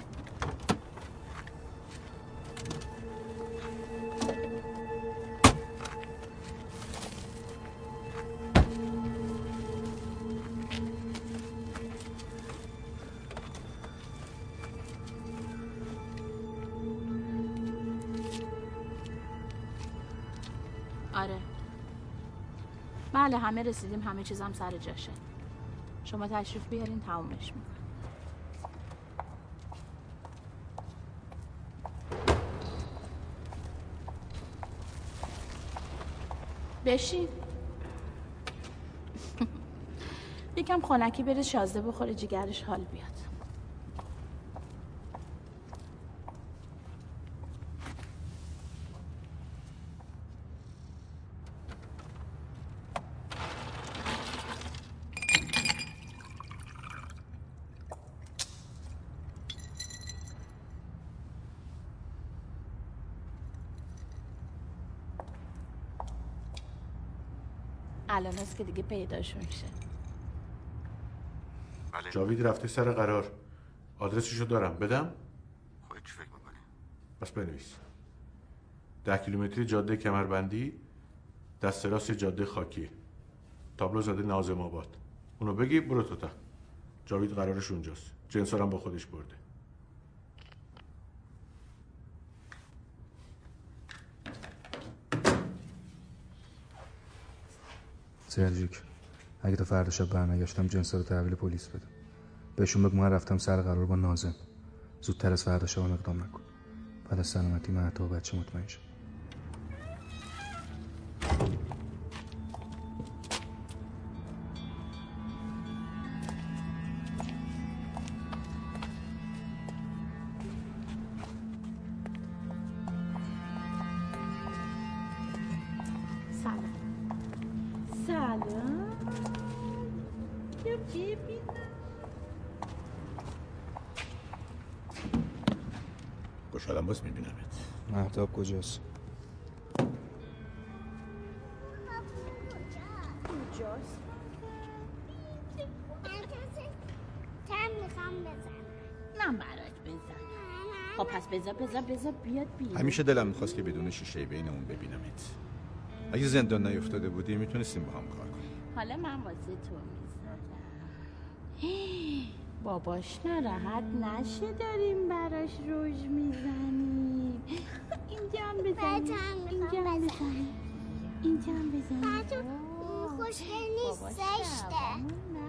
آره بله همه رسیدیم، همه چیزم سر جاشه. شما تشریف بیارین تمومش میکنم. بشین. یکم خنکی بره شازده بخوره جیگرش حال بیاد. الان هست که دیگه پیداشون شه. بله. جاوید رفته سر قرار. آدرسشو دارم بدم؟ خودت چی فکر میکنی؟ بس بنویس. ده کیلومتری جاده کمربندی، دست راست جاده خاکی، تابلو زده ناظم آباد. اونو بگی برو تو تا. جاوید قرارش اونجاست. جنسارم با خودش برده. سرجیک اگه تا فردا شب برنگشتم جنسا رو تحویل پلیس بده. بهشون بگو من رفتم سر قرار با ناظم. زودتر از فردا شب اقدام نکن. بعد از سلامتی مهتا و بچه مطمئن شم. خوشحالم باز میبینمت. مهتاب کجاست؟ کجاست؟ تم میخوام بزنم. من برات بزنم. خب پس بذار بذار بذار بیاد بیاد. همیشه دلم میخواست که بدون شیشه بینمون ببینمت. اگه زندان نیفتاده بودی میتونستیم با هم کار کنیم. حالا من واسه تو میزنم. باباش ناراحت نشه داریم براش روژ میزنیم. اینجا هم بزنیم، اینجا هم بزنیم، اینجا هم بزنیم. بچه خوشگل نیست، زشته.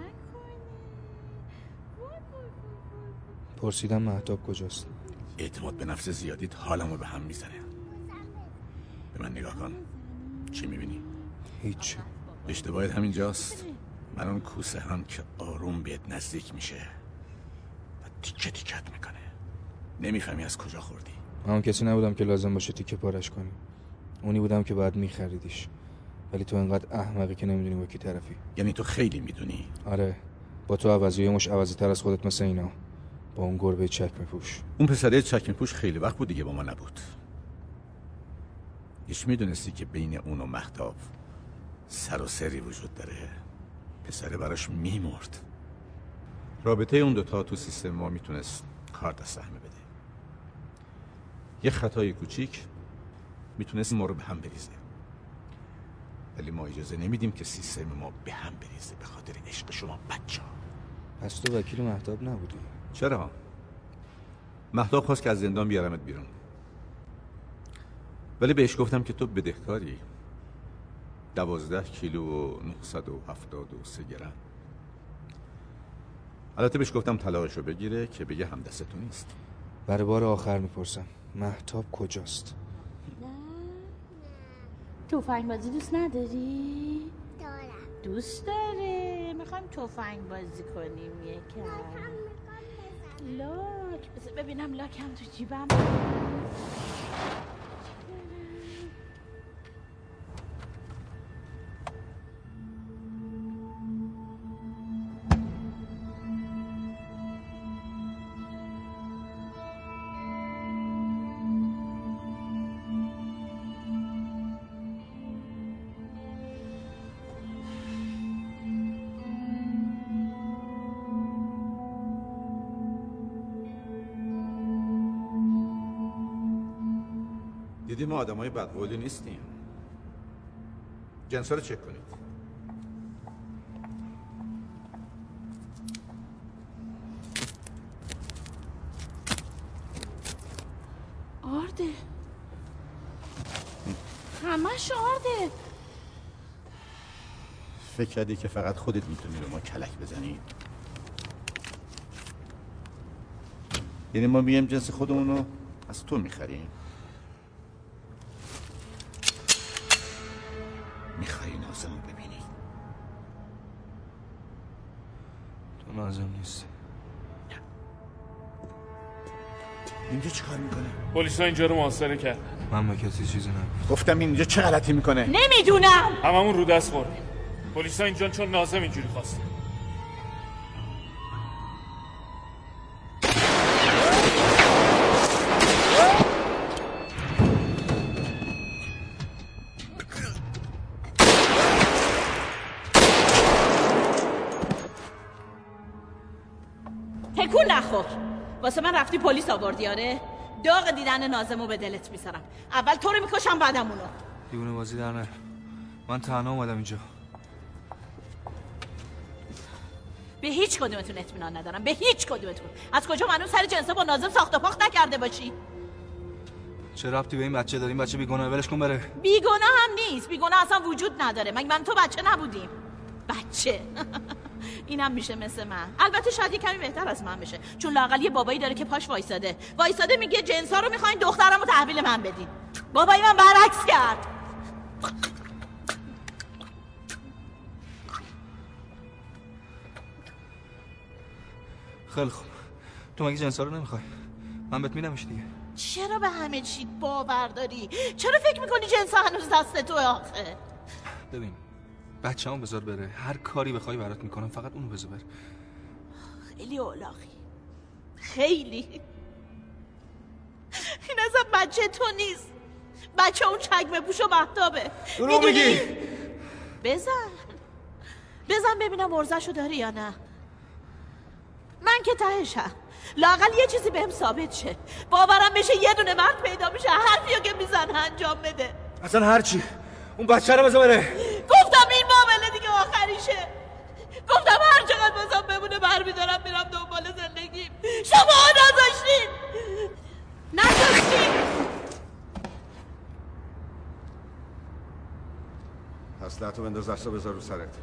پرسیدم مهتاب کجاست؟ اعتماد به نفس زیادیت حالمو به هم میزنه. به من نگاه کن. چی میبینی؟ هیچ. اشتباهت همینجاست. من اون کوسه هم که آروم بهت نزدیک میشه و تیکه تیکت میکنه. نمیفهمی از کجا خوردی. من اون کسی نبودم که لازم باشه تیکه پارش کنی. اونی بودم که بعد میخریدیش. ولی تو انقدر احمقی که نمیدونی با کی طرفی. یعنی تو خیلی میدونی؟ آره. با تو عوضی مش عوضی تر از خودت مثل اینا. با اون گربه چک میپوش. اون پسره چک میپوش خیلی وقت بود دیگه با ما نبود. هیچ میدونستی که بین اون و مهتاب سر و سری وجود داره؟ پسره براش میمرد. رابطه اون دوتا تو سیستم ما میتونست کار دست همه بده. یه خطای کوچیک میتونست ما رو به هم بریزه. ولی ما اجازه نمیدیم که سیستم ما به هم بریزه به خاطر عشق شما بچه ها. پس تو وکیل مهتاب نبودی؟ چرا؟ مهتاب خواست که از زندان بیارمت بیرون. ولی بهش گفتم که تو بدهکاری. دوازده کیلو و نهصد و هفتاد و سه گرم. البته بهش گفتم طلاقشو بگیره که بگه هم دست تو نیست. برای بار آخر میپرسم مهتاب کجاست؟ تفنگ بازی دوست نداری؟ دارم. دوست داره. میخوایم تفنگ بازی کنیم یکم. لاک بذار ببینم لاکم تو جیبم. دیدی ما آدمای بدقولی نیستیم. جنسا رو چک کنید. آرده همش آرده. فکر کردی که فقط خودت میتونی به ما کلک بزنی؟ یعنی ما میگیم جنس خودمون رو از تو میخریم؟ میخوایی نازمو ببینی؟ تو نازم نیستی. اینجا چه کار میکنه؟ پلیسا اینجا رو محاصره کردن. من به کسی چیزی نگفتم. گفتم اینجا چه غلطی میکنه؟ نمیدونم. هممون رو دست خوردیم. پلیسا اینجا چون نازم اینجوری خواسته. تکون نخور. واسه من رفتی پلیس آوردی آره؟ داغ دیدن نازمو به دلت میذارم. اول تو رو میکشم بعدم اونو. دیوونه بازی در نه. من تنها اومدم اینجا. به هیچ کدومتون اطمینان ندارم. به هیچ کدومتون. از کجا منو سر جنسه با نازم ساخت و پاخت نکرده باشی؟ چه ربطی به این بچه داریم؟ بچه بیگناه، ولش کن بره. بیگناه هم نیست. بیگناه اصلا وجود نداره. مگه من تو بچه نبودیم؟ بچه اینم میشه مثل من. البته شاید یه کمی بهتر از من بشه، چون لااقل یه بابایی داره که پاش وایساده وایساده میگه جنسا رو میخواین دخترمو تحویل من بدین. بابای من برعکس کرد. خیلی خوب. تو مگه جنسا رو نمیخوای؟ من بهت میدمش دیگه. چرا به همه چی باور داری؟ چرا فکر میکنی جنسا هنوز دست تو آخه؟ ببین بچه‌مو بذار بره. هر کاری بخوای برات میکنم، فقط اونو بذار بره. خیلی اولاغی. خیلی. این اصلا بچه تو نیست. بچه اون چکمه پوش و مهتابه. دروغ میگی. بزن بزن ببینم ارزشو داری یا نه. من که تهشم. لااقل یه چیزی بهم ثابت شه. باورم بشه یه دونه مرد پیدا میشه حرفیو که میزنه انجام بده. اصلا هرچی. اون بچه رو بذار بره. گفتم این معامله دیگه آخریشه. گفتم هر چقدر بازم بمونه برمیدارم میرم دنبال زندگیم. شما نذاشتین نذاشتین. اسلحه‌تو بنداز دستو بذار رو سرت.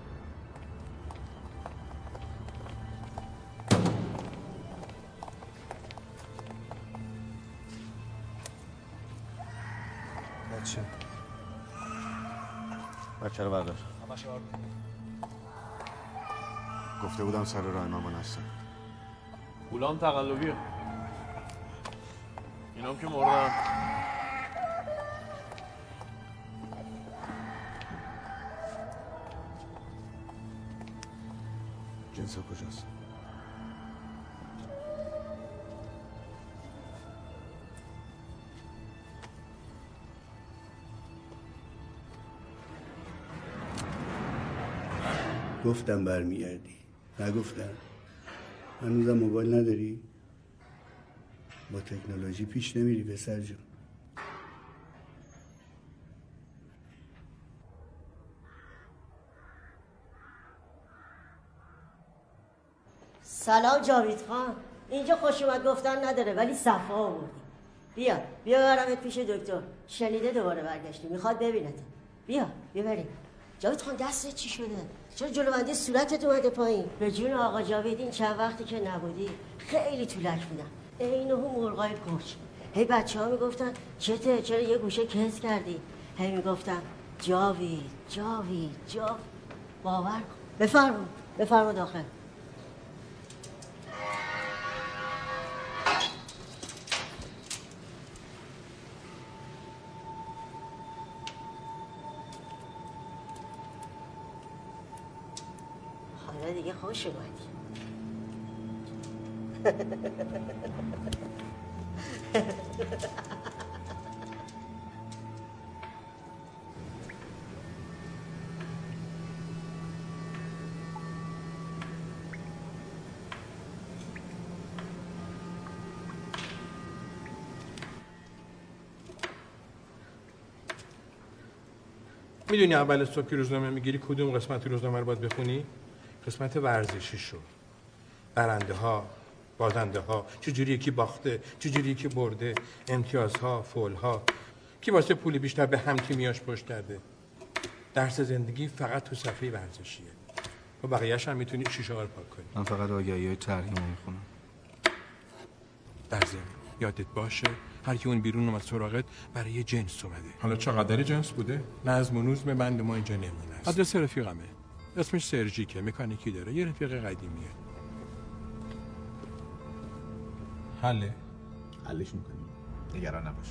بچه بچه رو بردار. گفته بودم سر راه مامان هستم. پولام تقلبیه. اینام که مردم. جنسا کجاست؟ گفتم برمیگردی. نگفتم؟ هنوزم موبایل نداری؟ با تکنولوژی پیش نمیری پسر جون. سلام جاوید خان. اینجا خوش اومد گفتن نداره ولی صفا آوردی. بیا بیا برمت پیش دکتر. شنیده دوباره برگشتی میخواد ببینت. بیا بیا بریم. جاوید خان دستت چی شده؟ چرا جلوبندی صورتت اومده پایین؟ به جون آقا جاوید این چند وقتی که نبودی خیلی طولک بودم. اینو هم مرغای پرچ. هی بچه ها میگفتن چته چرا یه گوشه کز کردی؟ هی میگفتن جاوید جاوید جاوید. باور کن. بفرما بفرما داخل. حالا دیگه خوش اومدی. میدونی اول صبح که روزنامه میگیری کدوم قسمت روزنامه رو باید بخونی؟ قسمت ورزشی شو. برنده ها، بازنده ها، چجوری یکی باخته، چجوری یکی برده، امتیازها، فولها، کی واسه پول بیشتر به هم تیمیاش پشت کرده. درس زندگی فقط تو صفحه ورزشیه. و بقیه‌اش هم میتونی شیشه رو پاک کنی. من فقط آگهی‌های طرحی رو میخونم. در ضمن یادت باشه هر کی اون بیرون اومد سراغت برای جنس اومده. حالا چقدر جنس بوده؟ نظم و نظم بند ما اینجا نمونه است. آدرس رفیقمه. اسمش سرژیکه، مکانیکی داره، یه رفیق قدیمیه. حله؟ حلش میکنیم. نگران نباش.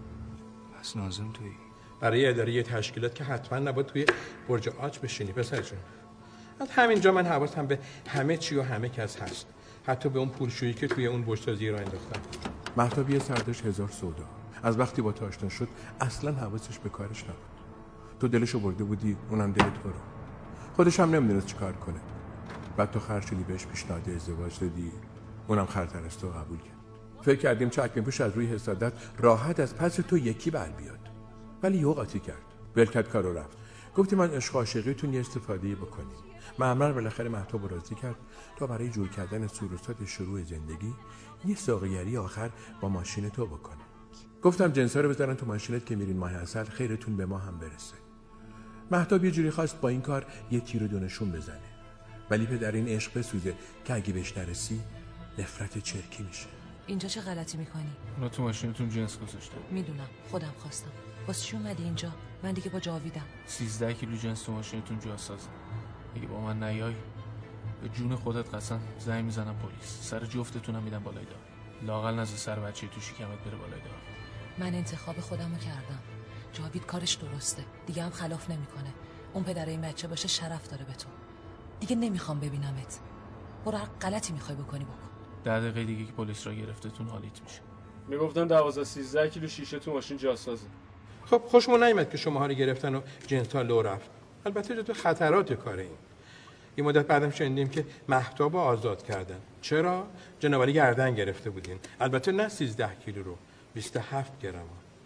پس ناظم تویی؟ برای اداره یه تشکیلات که حتما نباید توی برج آج بشینی پسر جون. از همینجا من حواسم به همه چی و همه کس هست. حتی به اون پولشویی که توی اون برج سازی را انداختن. مهتاب یه سردش هزار سودا. از وقتی با تو آشنا شد اصلا حواسش به کارش نبود. تو دلشو برده بودی، اونم دل تو رو. خودش هم نمیدونست چیکار کنه. بعد تو خرج شدی بهش پیشنهاد ازدواج دادی، اونم خرطر از تو قبول کرد. فکر کردیم چکمه پوش از روی حسادت راحت از پس تو یکی بر بیاد. ولی یه قاطی کرد. ول کرد کارو رفت. گفتی من عشق عاشقیتون یه استفاده بکنید. معمر بالاخره مهتاب راضی کرد تا برای جور کردن سوروسات شروع زندگی یه ساقیگری آخر با ماشین تو بکنه. گفتم جنسا رو بذارن تو ماشینت که میرین ماه عسل، خیرتون به ما هم برسه. مهتاب یه جوری خواست با این کار یه تیر و دونشون بزنه. ولی پدر این عشق بسوزه که اگه بهش نرسی نفرت چرکی میشه. اینجا چه غلطی میکنی؟ اونا تو ماشینتون جنس گذاشتن. میدونم، خودم خواستم. واسه چی اومدی اینجا؟ من دیگه با جاویدم. سیزده کیلو جنس تو ماشینتون جاسازه. اگه با من نیای به جون خودت قسم زنگ میزنم پلیس. سر جفتتونم میدم بالای دار. لااقل نذار سر بچه تو شکمت بره بالای دار. من انتخاب خودمو کردم. جاوید کارش درسته. دیگه هم خلاف نمیکنه. اون پدر این بچه باشه شرف داره به تو. دیگه نمیخوام ببینمت. برو هر غلطی میخوای بکنی بکن. ده دقیقه دیگه که پلیس را گرفتتون حالیت میشه. میگفتن دوازده سیزده کیلو شیشه تو ماشین جاسازه. خب خوشمون نیومد که شماها رو گرفتن و جنس‌ها لو رفت. البته تو خطرات کار این. یه مدت بعدم شنیدیم که مهتاب رو آزاد کردن. چرا؟ جنابعالی گردن گرفته بودین. البته نه سیزده کیلو رو، بیست و هفت گرم.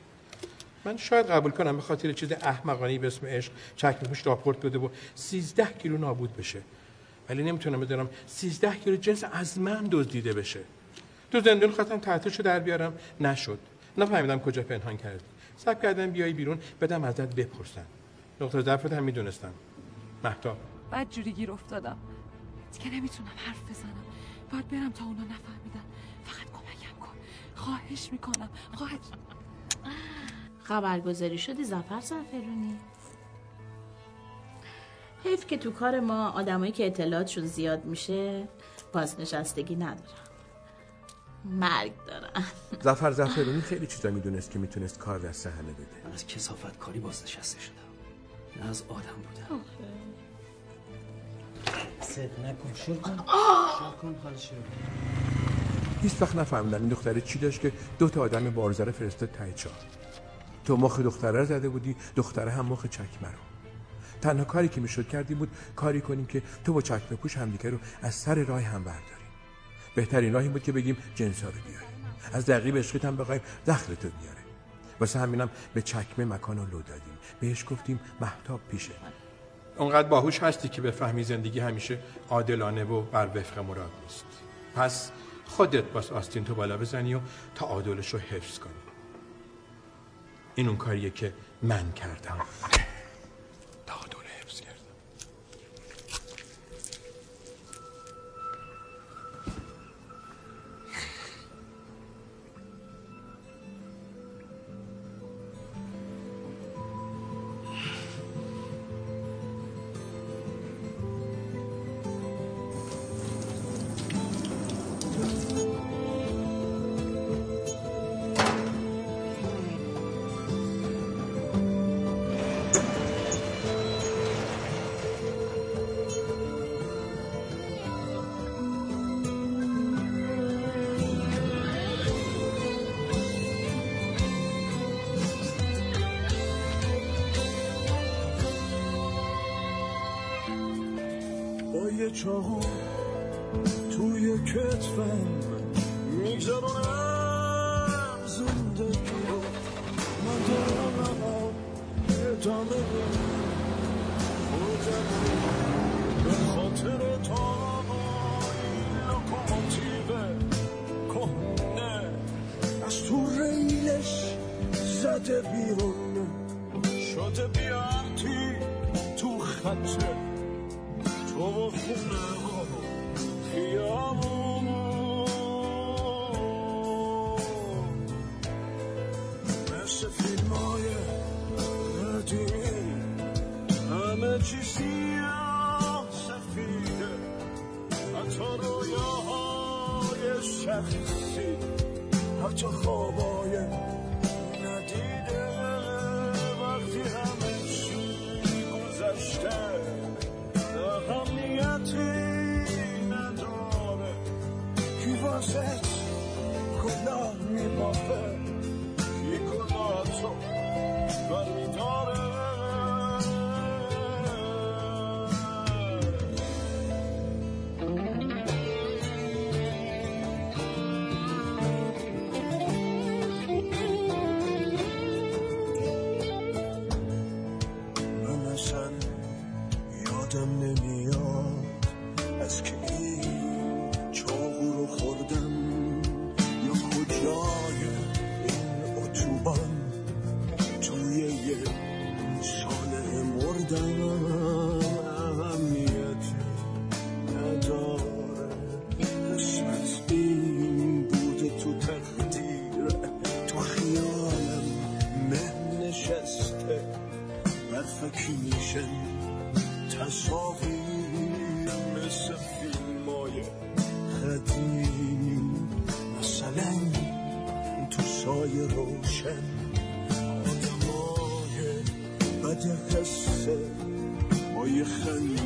من شاید قبول کنم به خاطر چیز احمقانه‌ای به اسم عشق چکمه پوش راپورت بده و سیزده کیلو نابود بشه. ولی نمیتونم بدونم سیزده کیلو جنس از من دزدیده بشه. تو زندون خواستم تحتشو در بیارم، نشد. نفهمیدم کجا پنهان کردی. صبر کردم بیای بیرون بدم ازت بپرسن. نقطه ضعفت هم میدونستم. مهتاب بعد جوری گیر افتادم دیگه نمیتونم حرف بزنم. باید برم تا اونا نفهمیدن. فقط کمکم کن، خواهش میکنم، خواهش. خبرگزاری شدی ظفر زعفرونی؟ حیف که تو کار ما آدمایی که اطلاعاتشون زیاد میشه بازنشستگی ندارن، مرگ دارن. ظفر زعفرونی خیلی چیزا میدونست که میتونست کار دست همه بده. من از کثافت کاری بازنشسته شدم، نه از آدم بودم. صدق نکن، شروع کن شروع کن حال شروع هیچ وقت نفهمیدم این دختره چی داشت که دو تا آدم بارزره فرستاد ته چاه. تو مخ دختره رو زده بودی، دختره هم مخ چکمه رو. تنها کاری که میشد کردی بود کاری کنیم که تو با چکمه پوش همدیگه رو از سر راه هم برداریم. بهترین راهی بود که بگیم جنسا رو بیاریم. از دقیق عشقیت هم بخوایم دخلتو بیاره. واسه همینم به چکمه مکان رو لو دادیم. بهش گفتیم مهتاب پیشه. اونقدر باهوش هستی که بفهمی زندگی همیشه عادلانه و بر وفق مراد نیست. پس خودت باس آستین تو بالا بزنی و تعادلش رو حفظ کنی. این اون کاریه که من کردم. تعادل حفظ کردم. چاقو توی کتفم میگذرونم زندگی رو من دارم ادامه زده بیرون شده بیارتی تو خطه تو و خونه ها خیامون مثل فیلم های قدیمی همه چی سیاه سفیده حتی رویاهای شخصی حتی خوابای ندیده وقتی همه چی گذشته اهمیتی نداره کی واسه کلاه میبافه کی کلاه تو برمیداره یادم نمیاد از که این چاقو رو خوردم یا کجای این اتوبان توی یه ساله مردم اهمیتی نداره قسمت این بوده تو تقدیر تو خیالم مه نشسته برفکی میشه تصاویر مثل فیلم های قدیمی مثلا تو سایه روشن آدم های بد قصه با یه خنده